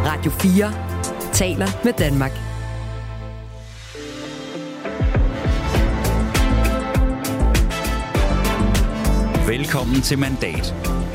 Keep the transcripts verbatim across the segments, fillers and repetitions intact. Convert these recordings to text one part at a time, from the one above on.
Radio fire taler med Danmark. Velkommen til Mandat.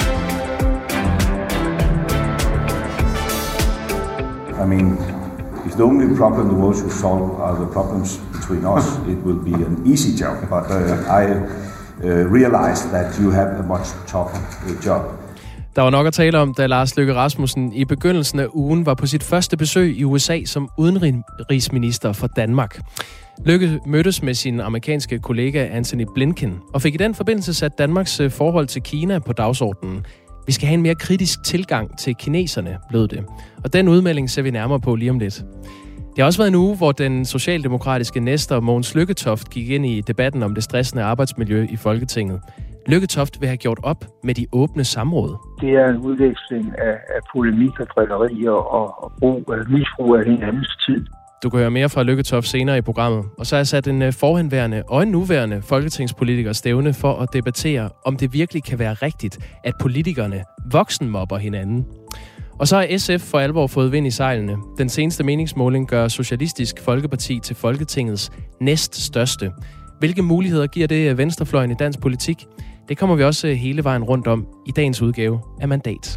I mean, if the only problem the world should solve are the problems between us, it will be an easy job. But uh, I uh, realize that you have a much tougher uh, job. Der var nok at tale om, da Lars Løkke Rasmussen i begyndelsen af ugen var på sit første besøg i U S A som udenrigsminister for Danmark. Løkke mødtes med sin amerikanske kollega Antony Blinken og fik i den forbindelse sat Danmarks forhold til Kina på dagsordenen. Vi skal have en mere kritisk tilgang til kineserne, lød det. Og den udmelding ser vi nærmere på lige om lidt. Det har også været en uge, hvor den socialdemokratiske næster Mogens Lykketoft gik ind i debatten om det stressende arbejdsmiljø i Folketinget. Lykketoft vil have gjort op med de åbne samråd. Det er en udveksling af, af polemik og drillerier og, og brug, af misbrug af hinandens tid. Du kan høre mere fra Lykketoft senere i programmet. Og så er jeg sat en forhenværende og en nuværende folketingspolitiker stævne for at debattere, om det virkelig kan være rigtigt, at politikerne voksenmobber hinanden. Og så har S F for alvor fået vind i sejlene. Den seneste meningsmåling gør Socialistisk Folkeparti til Folketingets næststørste. Hvilke muligheder giver det venstrefløjen i dansk politik? Det kommer vi også hele vejen rundt om i dagens udgave af Mandat.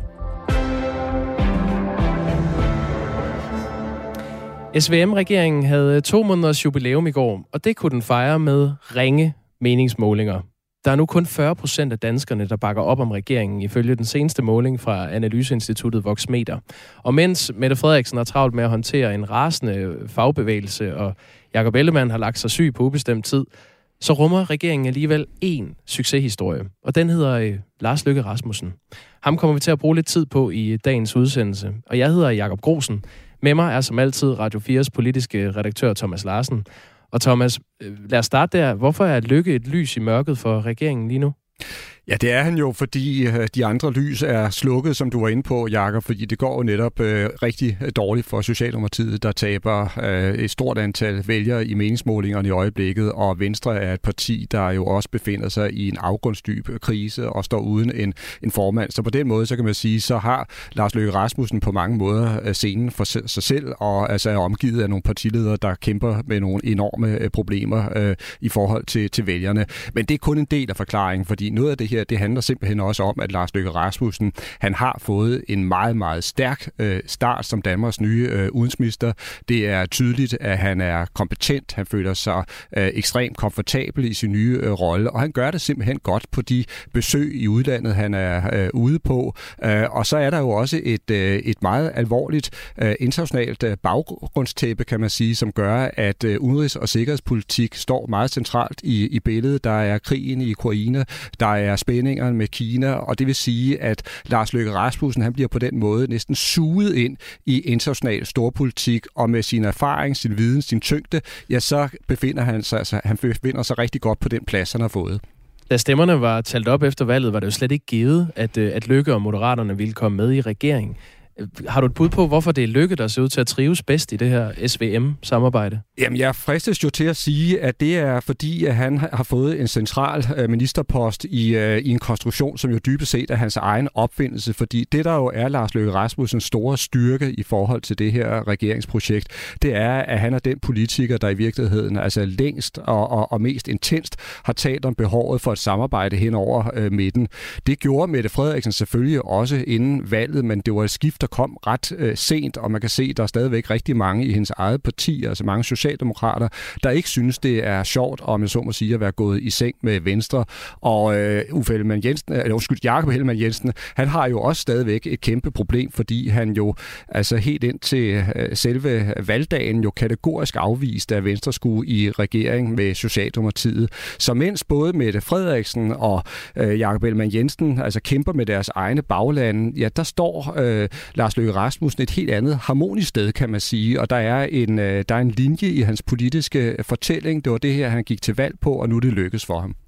S V M-regeringen havde to måneders jubilæum i går, og det kunne den fejre med ringe meningsmålinger. Der er nu kun fyrre procent af danskerne, der bakker op om regeringen, ifølge den seneste måling fra analyseinstituttet Voxmeter. Og mens Mette Frederiksen har travlt med at håndtere en rasende fagbevægelse, og Jakob Ellemann har lagt sig syg på ubestemt tid, så rummer regeringen alligevel én succeshistorie, og den hedder øh, Lars Løkke Rasmussen. Ham kommer vi til at bruge lidt tid på i dagens udsendelse, og jeg hedder Jakob Grosen. Med mig er som altid Radio fires politiske redaktør Thomas Larsen. Og Thomas, lad os starte der. Hvorfor er Løkke et lys i mørket for regeringen lige nu? Ja, det er han jo, fordi de andre lys er slukket, som du var inde på, Jakob, fordi det går jo netop øh, rigtig dårligt for Socialdemokratiet, der taber øh, et stort antal vælgere i meningsmålingerne i øjeblikket, og Venstre er et parti, der jo også befinder sig i en afgrundsdyb krise og står uden en, en formand. Så på den måde, så kan man sige, så har Lars Løkke Rasmussen på mange måder scenen for sig selv, og altså er omgivet af nogle partiledere, der kæmper med nogle enorme øh, problemer øh, i forhold til, til vælgerne. Men det er kun en del af forklaringen, fordi noget af det her, det handler simpelthen også om, at Lars Løkke Rasmussen, han har fået en meget, meget stærk øh, start som Danmarks nye øh, udenrigsminister. Det er tydeligt, at han er kompetent, han føler sig øh, ekstremt komfortabel i sin nye øh, rolle, og han gør det simpelthen godt på de besøg i udlandet, han er øh, ude på. Øh, og så er der jo også et, øh, et meget alvorligt øh, internationalt øh, baggrundstæppe, kan man sige, som gør, at øh, udenrigs- og sikkerhedspolitik står meget centralt i, i billedet. Der er krigen i Ukraine, der er spændingerne med Kina, og det vil sige, at Lars Løkke Rasmussen, han bliver på den måde næsten suget ind i international storpolitik, og med sin erfaring, sin viden, sin tyngde, ja, så befinder han sig, altså, han befinder sig rigtig godt på den plads, han har fået. Da stemmerne var talt op efter valget, var det jo slet ikke givet, at, at Løkke og Moderaterne ville komme med i regeringen. Har du et bud på, hvorfor det er Løkke, der ser ud til at trives bedst i det her S V M-samarbejde? Jamen, jeg fristes jo til at sige, at det er fordi, at han har fået en central ministerpost i, i en konstruktion, som jo dybest set er hans egen opfindelse, fordi det, der jo er Lars Løkke Rasmussens store styrke i forhold til det her regeringsprojekt, det er, at han er den politiker, der i virkeligheden altså længst og, og, og mest intenst har talt om behovet for et samarbejde hen over øh, midten. Det gjorde Mette Frederiksen selvfølgelig også inden valget, men det var et skift, der kom ret øh, sent, og man kan se, at der er stadigvæk rigtig mange i hendes eget parti, altså mange socialdemokrater, der ikke synes, det er sjovt, om jeg så må sige, at være gået i seng med Venstre. Og øh, Uffe Ellemann Jensen, eller undskyld, Jakob Ellemann Jensen, han har jo også stadigvæk et kæmpe problem, fordi han jo altså helt ind til øh, selve valgdagen jo kategorisk afviste, at Venstre skulle i regering med Socialdemokratiet. Så mens både Mette Frederiksen og øh, Jakob Ellemann Jensen altså kæmper med deres egne baglande, ja, der står øh, Lars Løkke Rasmussen et helt andet harmonisk sted, kan man sige, og der er en, der er en linje i hans politiske fortælling. Det var det her, han gik til valg på, og nu er det lykkes for ham.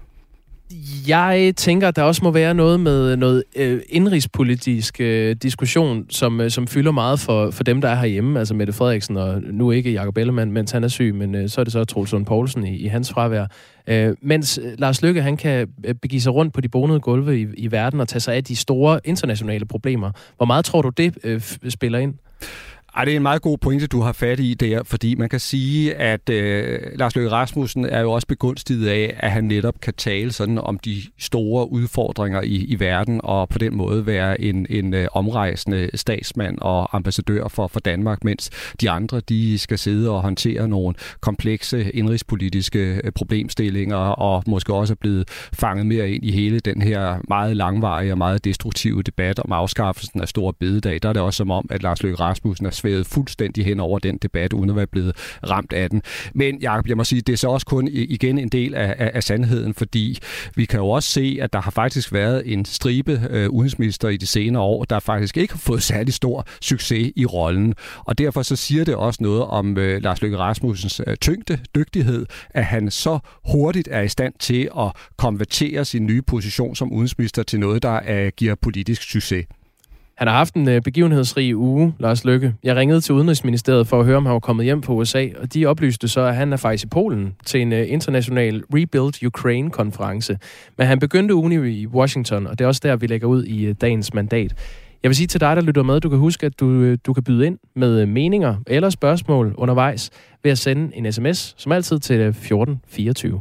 Jeg tænker, at der også må være noget med noget øh, indrigspolitisk øh, diskussion, som, øh, som fylder meget for, for dem, der er herhjemme, altså Mette Frederiksen, og nu ikke Jakob Ellemann, mens han er syg, men øh, så er det så Troels Lund Poulsen i, i hans fravær. Øh, mens Lars Løkke, han kan begive sig rundt på de bonede gulve i, i verden og tage sig af de store internationale problemer. Hvor meget tror du, det øh, spiller ind? Ej, det er en meget god pointe, du har fat i der, fordi man kan sige, at øh, Lars Løkke Rasmussen er jo også begunstiget af, at han netop kan tale sådan om de store udfordringer i, i verden, og på den måde være en, en øh, omrejsende statsmand og ambassadør for, for Danmark, mens de andre, de skal sidde og håndtere nogle komplekse indrigspolitiske problemstillinger, og måske også er blevet fanget mere ind i hele den her meget langvarige og meget destruktive debat om afskaffelsen af Store Bededag. Der er det også som om, at Lars Løkke Rasmussen er svævet fuldstændig hen over den debat, uden at være blevet ramt af den. Men Jacob, jeg må sige, det er så også kun igen en del af, af, af sandheden, fordi vi kan jo også se, at der har faktisk været en stribe øh, udenrigsminister i de senere år, der faktisk ikke har fået særlig stor succes i rollen. Og derfor så siger det også noget om øh, Lars Løkke Rasmussens øh, tyngde, dygtighed, at han så hurtigt er i stand til at konvertere sin nye position som udenrigsminister til noget, der øh, giver politisk succes. Han har haft en øh, begivenhedsrig uge, Lars Løkke. Jeg ringede til Udenrigsministeriet for at høre, om han var kommet hjem fra U S A, og de oplyste så, at han er faktisk i Polen til en øh, international Rebuild Ukraine-konference. Men han begyndte ugen i Washington, og det er også der, vi lægger ud i øh, dagens mandat. Jeg vil sige til dig, der lytter med, du kan huske, at du, øh, du kan byde ind med øh, meninger eller spørgsmål undervejs ved at sende en sms, som altid til øh, fjorten fireogtyve.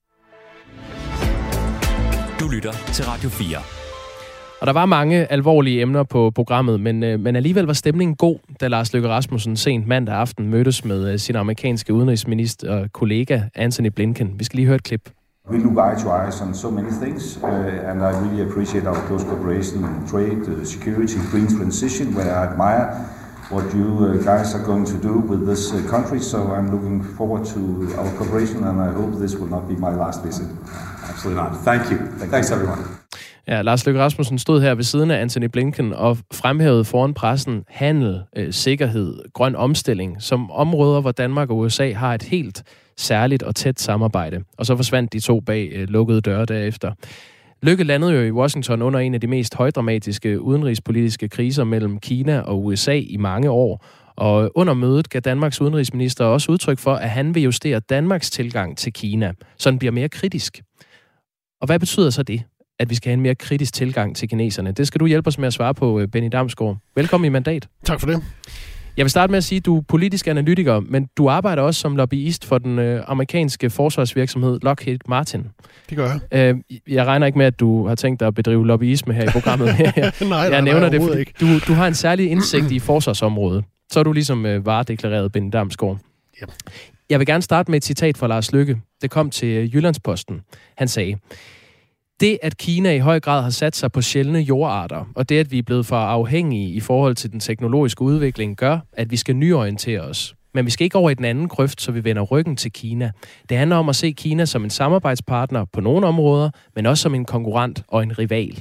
Du lytter til Radio fire. Og der var mange alvorlige emner på programmet, men, øh, men alligevel var stemningen god, da Lars Løkke Rasmussen sent mandag aften mødtes med øh, sin amerikanske udenrigsminister og kollega Antony Blinken. Vi skal lige høre et klip. We look eye to eyes on so many things, uh, and I really appreciate our close cooperation in trade, uh, security, green transition, where I admire what you uh, guys are going to do with this uh, country. So I'm looking forward to our cooperation, and I hope this will not be my last visit. Absolutely not. Thank you. Thank Thanks, you. everyone. Ja, Lars Løkke Rasmussen stod her ved siden af Antony Blinken og fremhævede foran pressen handel, øh, sikkerhed, grøn omstilling som områder, hvor Danmark og U S A har et helt særligt og tæt samarbejde. Og så forsvandt de to bag øh, lukkede døre derefter. Løkke landede jo i Washington under en af de mest højdramatiske udenrigspolitiske kriser mellem Kina og U S A i mange år. Og under mødet gav Danmarks udenrigsminister også udtryk for, at han vil justere Danmarks tilgang til Kina, så den bliver mere kritisk. Og hvad betyder så det, at vi skal have en mere kritisk tilgang til kineserne? Det skal du hjælpe os med at svare på, Benny Damsgaard. Velkommen i Mandat. Tak for det. Jeg vil starte med at sige, at du er politisk analytiker, men du arbejder også som lobbyist for den øh, amerikanske forsvarsvirksomhed Lockheed Martin. Det gør jeg. Øh, jeg regner ikke med, at du har tænkt dig at bedrive lobbyisme her i programmet. jeg, nej, nej, jeg nævner nej, det, fordi ikke. Du, du har en særlig indsigt i forsvarsområdet. Så er du ligesom øh, varedeklareret, Benny Damsgaard. Ja. Jeg vil gerne starte med et citat fra Lars Løkke. Det kom til øh, Jyllandsposten. Han sagde: det, at Kina i høj grad har sat sig på sjældne jordarter, og det, at vi er blevet for afhængige i forhold til den teknologiske udvikling, gør, at vi skal nyorientere os. Men vi skal ikke over i den anden grøft, så vi vender ryggen til Kina. Det handler om at se Kina som en samarbejdspartner på nogle områder, men også som en konkurrent og en rival.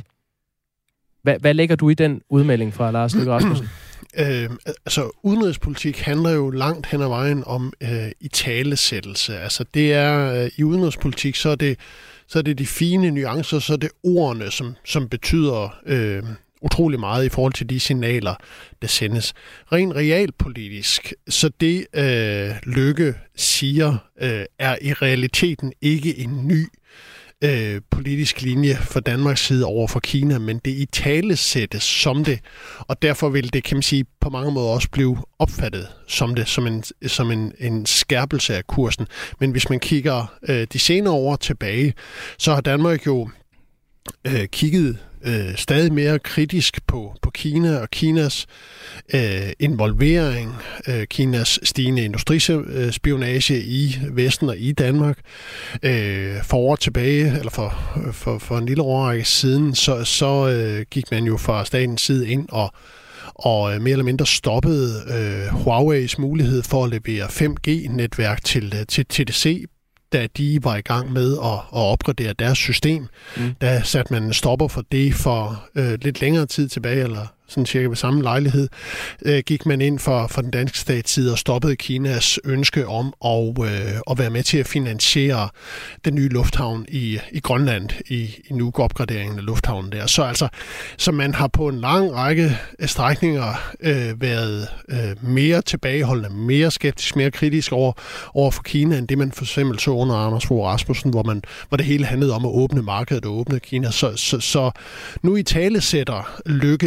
Hvad, hvad lægger du i den udmelding fra Lars Løkke Rasmussen? Øh, altså, udenrigspolitik handler jo langt hen ad vejen om øh, italesættelse. Altså, det er øh, i udenrigspolitik, så er det så er det de fine nuancer, så er det ordene, som, som betyder øh, utrolig meget i forhold til de signaler, der sendes. Rent realpolitisk, så det øh, Løkke siger, øh, er i realiteten ikke en ny øh, politisk linje for Danmarks side over for Kina, men det italesættes som det, og derfor vil det, kan man sige, på mange måder også blive opfattet som det, som en, som en, en skærpelse af kursen. Men hvis man kigger øh, de senere år tilbage, så har Danmark jo øh, kigget øh, stadig mere kritisk på, på Kina og Kinas øh, involvering, øh, Kinas stigende industrispionage i Vesten og i Danmark. Øh, for år tilbage, eller for, for, for en lille årrække siden, så, så øh, gik man jo fra statens side ind og og mere eller mindre stoppede øh, Huawei's mulighed for at levere fem G-netværk til, til T D C, da de var i gang med at, at opgradere deres system. Mm. Der satte man en stopper for det for øh, lidt længere tid tilbage, eller sådan cirka ved samme lejlighed, øh, gik man ind for, for den danske stats side og stoppede Kinas ønske om at, øh, at være med til at finansiere den nye lufthavn i, i Grønland, i, i Nuuk-opgraderingen af lufthavnen der. Så altså, så man har på en lang række strækninger øh, været øh, mere tilbageholdende, mere skeptisk, mere kritisk over, over for Kina, end det man for eksempel så under Anders Fogh Rasmussen, hvor, man, hvor det hele handlede om at åbne markedet og åbne Kina. Så, så, så nu i talesætter Løkke det som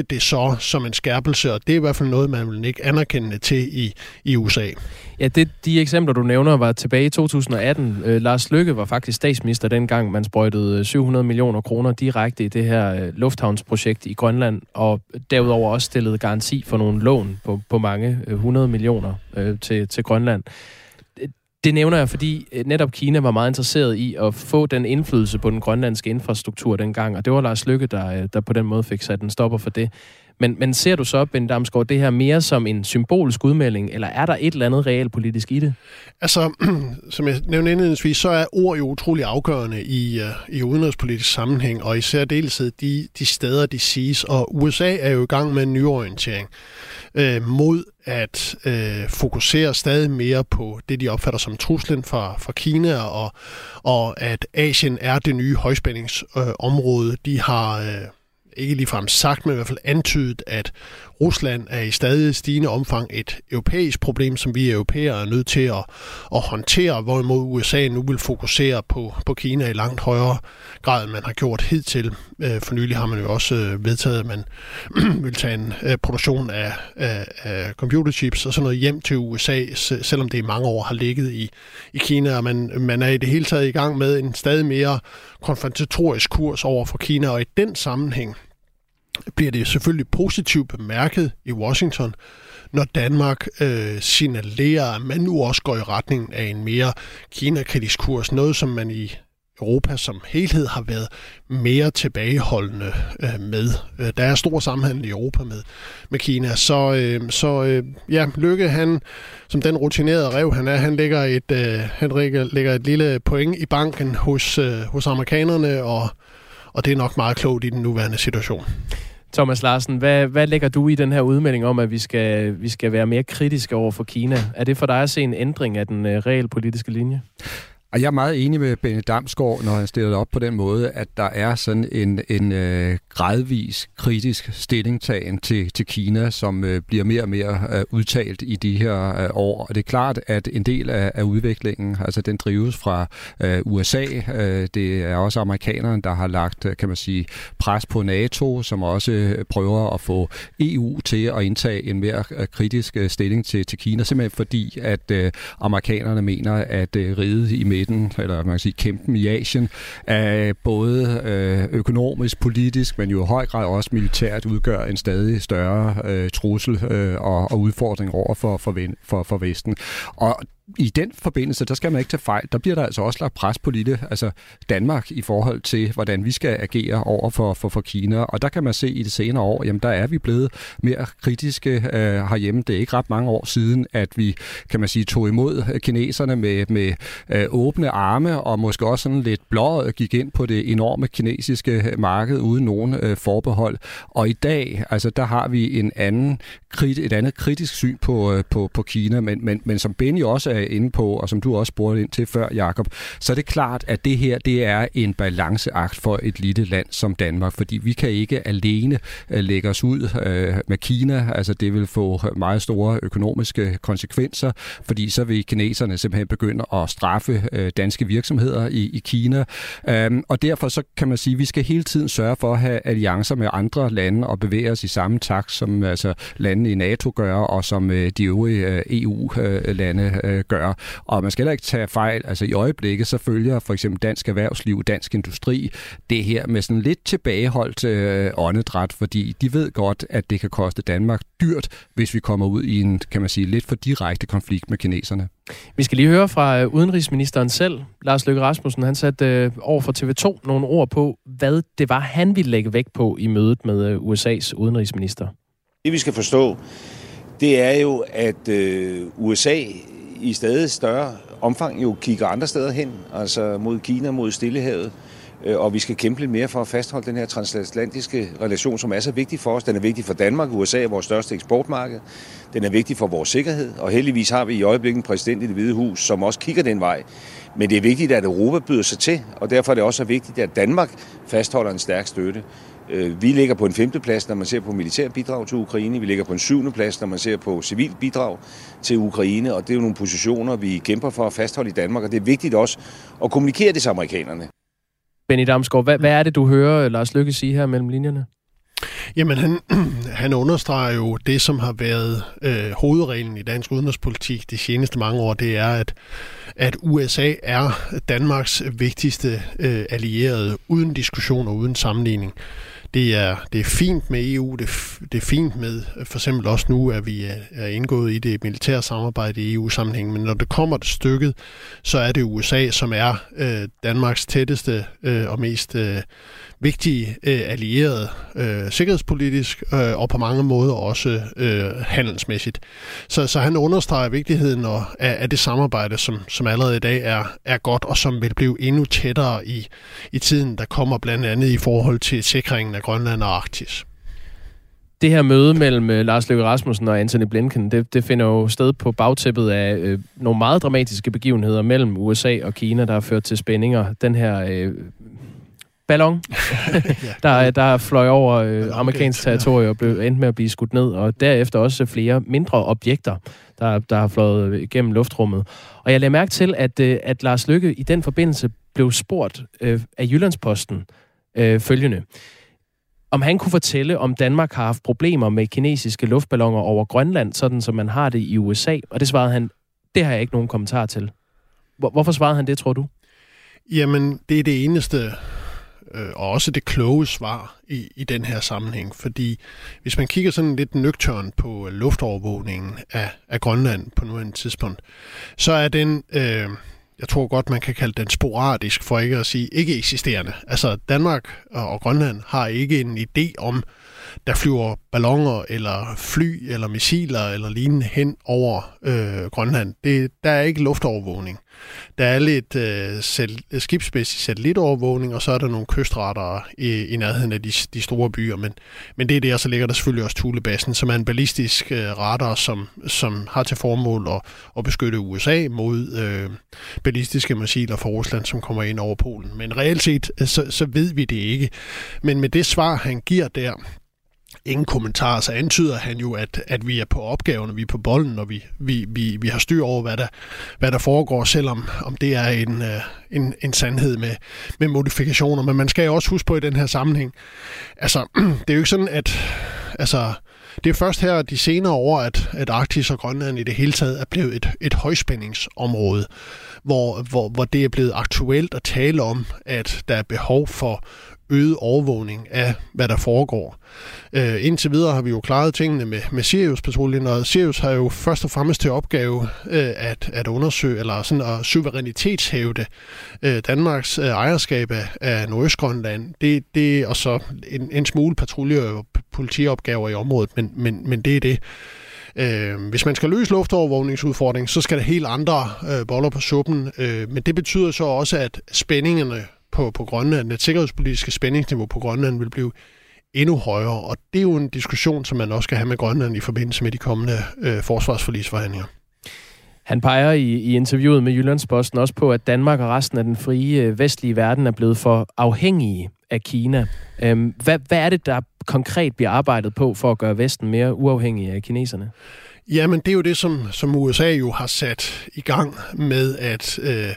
for som en skærpelse, og det er i hvert fald noget, man vil ikke anerkende til i, i U S A. Ja, det, de eksempler, du nævner, var tilbage i to tusind og atten. Øh, Lars Løkke var faktisk statsminister dengang, man sprøjtede syv hundrede millioner kroner direkte i det her øh, lufthavnsprojekt i Grønland, og derudover også stillede garanti for nogle lån på, på mange øh, hundrede millioner øh, til, til Grønland. Det nævner jeg, fordi netop Kina var meget interesseret i at få den indflydelse på den grønlandske infrastruktur dengang, og det var Lars Løkke, der, der på den måde fik sat en stopper for det. Men, men ser du så, Benny Damsgaard, det her mere som en symbolsk udmelding, eller er der et eller andet realpolitisk i det? Altså, som jeg nævnte indledningsvis, så er ord jo utrolig afgørende i, uh, i udenrigspolitisk sammenhæng, og især deltid de, de steder, de siges. Og U S A er jo i gang med en nyorientering øh, mod at øh, fokusere stadig mere på det, de opfatter som truslen fra, fra Kina, og, og at Asien er det nye højspændingsområde. Øh, de har... Øh, ikke ligefrem sagt, men i hvert fald antydet, at Rusland er i stadig stigende omfang et europæisk problem, som vi europæere er nødt til at, at håndtere, hvorimod U S A nu vil fokusere på, på Kina i langt højere grad, end man har gjort hidtil. For nylig har man jo også vedtaget, at man vil tage en produktion af, af, af computerchips og sådan noget hjem til U S A, selvom det i mange år har ligget i, i Kina, og man, man er i det hele taget i gang med en stadig mere konfrontatorisk kurs over for Kina, og i den sammenhæng bliver det selvfølgelig positivt bemærket i Washington, når Danmark øh, signalerer, at man nu også går i retning af en mere Kina-kritisk kurs, noget som man i Europa som helhed har været mere tilbageholdende øh, med. Der er stor samhandel i Europa med, med Kina, så, øh, så øh, ja, Løkke, han, som den rutinerede rev han er, han lægger et, øh, han lægger et lille point i banken hos, øh, hos amerikanerne, og Og det er nok meget klogt i den nuværende situation. Thomas Larsen, hvad, hvad lægger du i den her udmelding om, at vi skal, vi skal være mere kritiske over for Kina? Er det for dig at se en ændring af den uh, realpolitiske linje? Og jeg er meget enig med Benny Damsgaard, når han stiller op på den måde, at der er sådan en, en øh, gradvis kritisk stillingtagen til, til Kina, som øh, bliver mere og mere øh, udtalt i de her øh, år. Og det er klart, at en del af, af udviklingen, altså den drives fra øh, U S A. Øh, det er også amerikanerne, der har lagt, kan man sige, pres på NATO, som også prøver at få E U til at indtage en mere øh, kritisk øh, stilling til, til Kina, simpelthen fordi, at øh, amerikanerne mener, at øh, riget i midten, eller man kan sige kæmpen i Asien, er både øh, økonomisk, politisk, men jo i høj grad også militært udgør en stadig større øh, trussel øh, og, og udfordring over for, for, for, for Vesten. Og i den forbindelse, der skal man ikke tage fejl. Der bliver der altså også lagt pres på lille, altså Danmark, i forhold til, hvordan vi skal agere over for, for, for Kina. Og der kan man se i det senere år, jamen der er vi blevet mere kritiske øh, herhjemme. Det er ikke ret mange år siden, at vi, kan man sige, tog imod kineserne med, med øh, åbne arme, og måske også sådan lidt blå gik ind på det enorme kinesiske marked uden nogen øh, forbehold. Og i dag, altså der har vi en anden, et andet kritisk syn på, øh, på, på Kina, men, men, men som Benny også er inde på, og som du også spurgte ind til før, Jakob, så er det klart, at det her, det er en balanceakt for et lille land som Danmark, fordi vi kan ikke alene uh, lægge os ud uh, med Kina, altså det vil få meget store økonomiske konsekvenser, fordi så vil kineserne simpelthen begynde at straffe uh, danske virksomheder i, i Kina, um, og derfor så kan man sige, at vi skal hele tiden sørge for at have alliancer med andre lande og bevæge os i samme takt, som altså landene i NATO gør, og som uh, de øvrige uh, E U-lande uh, gør. Og man skal heller ikke tage fejl. Altså i øjeblikket, så følger for eksempel dansk erhvervsliv, dansk industri, det her med sådan lidt tilbageholdt øh, åndedræt, fordi de ved godt, at det kan koste Danmark dyrt, hvis vi kommer ud i en, kan man sige, lidt for direkte konflikt med kineserne. Vi skal lige høre fra øh, udenrigsministeren selv, Lars Løkke Rasmussen. Han satte øh, over for T V to nogle ord på, hvad det var, han ville lægge vægt på i mødet med øh, U S A's udenrigsminister. Det vi skal forstå, det er jo, at øh, U S A i stadig større omfang jo kigger andre steder hen, altså mod Kina, mod Stillehavet, og vi skal kæmpe lidt mere for at fastholde den her transatlantiske relation, som er så vigtig for os. Den er vigtig for Danmark. U S A er vores største eksportmarked. Den er vigtig for vores sikkerhed, og heldigvis har vi i øjeblikket en præsident i Det Hvide Hus, som også kigger den vej. Men det er vigtigt, at Europa byder sig til, og derfor er det også vigtigt, at Danmark fastholder en stærk støtte. Vi ligger på en femte plads, når man ser på militært bidrag til Ukraine. Vi ligger på en syvende plads, når man ser på civilt bidrag til Ukraine. Og det er jo nogle positioner, vi kæmper for at fastholde i Danmark. Og det er vigtigt også at kommunikere det til amerikanerne. Benny Damsgaard, hvad, hvad er det, du hører Lars Løkke sige her mellem linjerne? Jamen, han, han understreger jo det, som har været øh, hovedreglen i dansk udenrigspolitik de seneste mange år, det er, at, at U S A er Danmarks vigtigste øh, allierede, uden diskussion og uden sammenligning. Det er, det er fint med E U, det, det er fint med for eksempel også nu, at vi er, er indgået i det militære samarbejde i E U-sammenhæng, men når det kommer til stykket, så er det U S A, som er øh, Danmarks tætteste øh, og mest øh, vigtige øh, allierede øh, sikkerhedspolitisk øh, og på mange måder også øh, handelsmæssigt. Så, så han understreger vigtigheden af, af det samarbejde, som, som allerede i dag er, er godt, og som vil blive endnu tættere i, i tiden, der kommer blandt andet i forhold til sikringen af Grønland og Arktis. Det her møde mellem uh, Lars Løkke Rasmussen og Antony Blinken, det, det finder jo sted på bagtæppet af øh, nogle meget dramatiske begivenheder mellem U S A og Kina, der har ført til spændinger. Den her øh, ballon, der, der fløj over øh, amerikansk territorium og blev endt med at blive skudt ned, og derefter også flere mindre objekter, der, der har fløjet igennem luftrummet. Og jeg lagde mærke til, at, øh, at Lars Løkke i den forbindelse blev spurgt øh, af Jyllandsposten øh, følgende: om han kunne fortælle, om Danmark har haft problemer med kinesiske luftballoner over Grønland, sådan som man har det i U S A. Og det svarede han, det har jeg ikke nogen kommentar til. Hvor, hvorfor svarede han det, tror du? Jamen, det er det eneste, øh, og også det kloge svar i, i den her sammenhæng. Fordi hvis man kigger sådan lidt nøgternt på luftovervågningen af, af Grønland på nuværende tidspunkt, så er den... Øh, Jeg tror godt, man kan kalde den sporadisk, for ikke at sige ikke eksisterende. Altså, Danmark og Grønland har ikke en idé om, der flyver balloner eller fly eller missiler eller lignende hen over øh, Grønland. Det, der er ikke luftovervågning. Der er lidt øh, sat, skibsmæssig satellitovervågning, og så er der nogle kystradarer i, i nærheden af de, de store byer. Men, men det er det, og så ligger der selvfølgelig også Thulebasen, som er en ballistisk øh, radar, som, som har til formål at, at beskytte U S A mod øh, ballistiske missiler fra Rusland, som kommer ind over Polen. Men reelt set, så, så ved vi det ikke. Men med det svar, han giver der, ingen kommentarer, så antyder han jo, at, at vi er på opgaven, og vi er på bolden, og vi, vi, vi, vi har styr over, hvad der, hvad der foregår, selvom om det er en, en, en sandhed med, med modifikationer. Men man skal jo også huske på i den her sammenhæng, altså, det er jo ikke sådan, at altså, det er først her de senere år, at, at Arktis og Grønland i det hele taget er blevet et, et højspændingsområde, hvor, hvor, hvor det er blevet aktuelt at tale om, at der er behov for øget overvågning af, hvad der foregår. Øh, indtil videre har vi jo klaret tingene med, med Sirius-patruljen, og Sirius har jo først og fremmest til opgave øh, at, at undersøge, eller sådan at suverænitetshævde øh, Danmarks øh, ejerskab af, af Nordøstgrønland. Det, det er så en, en smule patrulje- og politiopgaver i området, men, men, men det er det. Øh, hvis man skal løse luftovervågningsudfordringen, så skal der helt andre øh, boller på suppen, øh, men det betyder så også, at spændingerne På, på Grønland, det sikkerhedspolitiske spændingsniveau på Grønland vil blive endnu højere, og det er jo en diskussion, som man også skal have med Grønland i forbindelse med de kommende øh, forsvarsforligsforhandlinger. Han peger i, i interviewet med Jyllandsposten også på, at Danmark og resten af den frie vestlige verden er blevet for afhængige af Kina. Øhm, hvad, hvad er det, der konkret bliver arbejdet på for at gøre Vesten mere uafhængig af kineserne? Jamen, det er jo det, som, som U S A jo har sat i gang med at... Øh,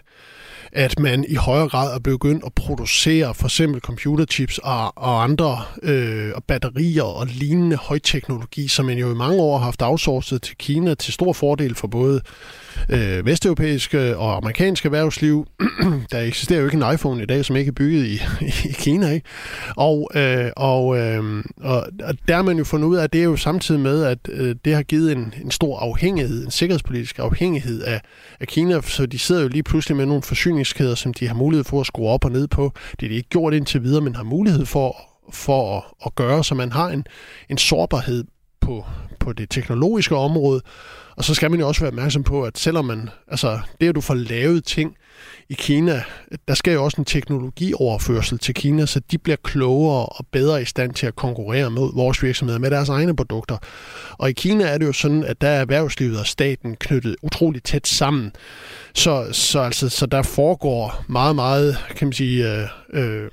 at man i højere grad er begyndt at producere for eksempel computerchips og, og andre øh, og batterier og lignende højteknologi, som man jo i mange år har haft outsourcet til Kina til stor fordel for både øh, vesteuropæiske og amerikanske erhvervsliv. Der eksisterer jo ikke en iPhone i dag, som ikke er bygget i, i Kina, ikke? Og, øh, og, øh, og, og der har man jo fundet ud af, at det er jo samtidig med, at øh, det har givet en, en stor afhængighed, en sikkerhedspolitisk afhængighed af, af Kina, så de sidder jo lige pludselig med nogle forsyningskæder, som de har mulighed for at skrue op og ned på. Det er de ikke gjort indtil videre, men har mulighed for, for at, at gøre, så man har en, en sårbarhed på, på det teknologiske område. Og så skal man jo også være opmærksom på, at selvom man, altså det at du får lavet ting i Kina, der skal jo også en teknologioverførsel til Kina, så de bliver klogere og bedre i stand til at konkurrere med vores virksomheder med deres egne produkter. Og i Kina er det jo sådan, at der er erhvervslivet og staten knyttet utroligt tæt sammen. Så, så, altså, så der foregår meget, meget, kan man sige, øh, øh,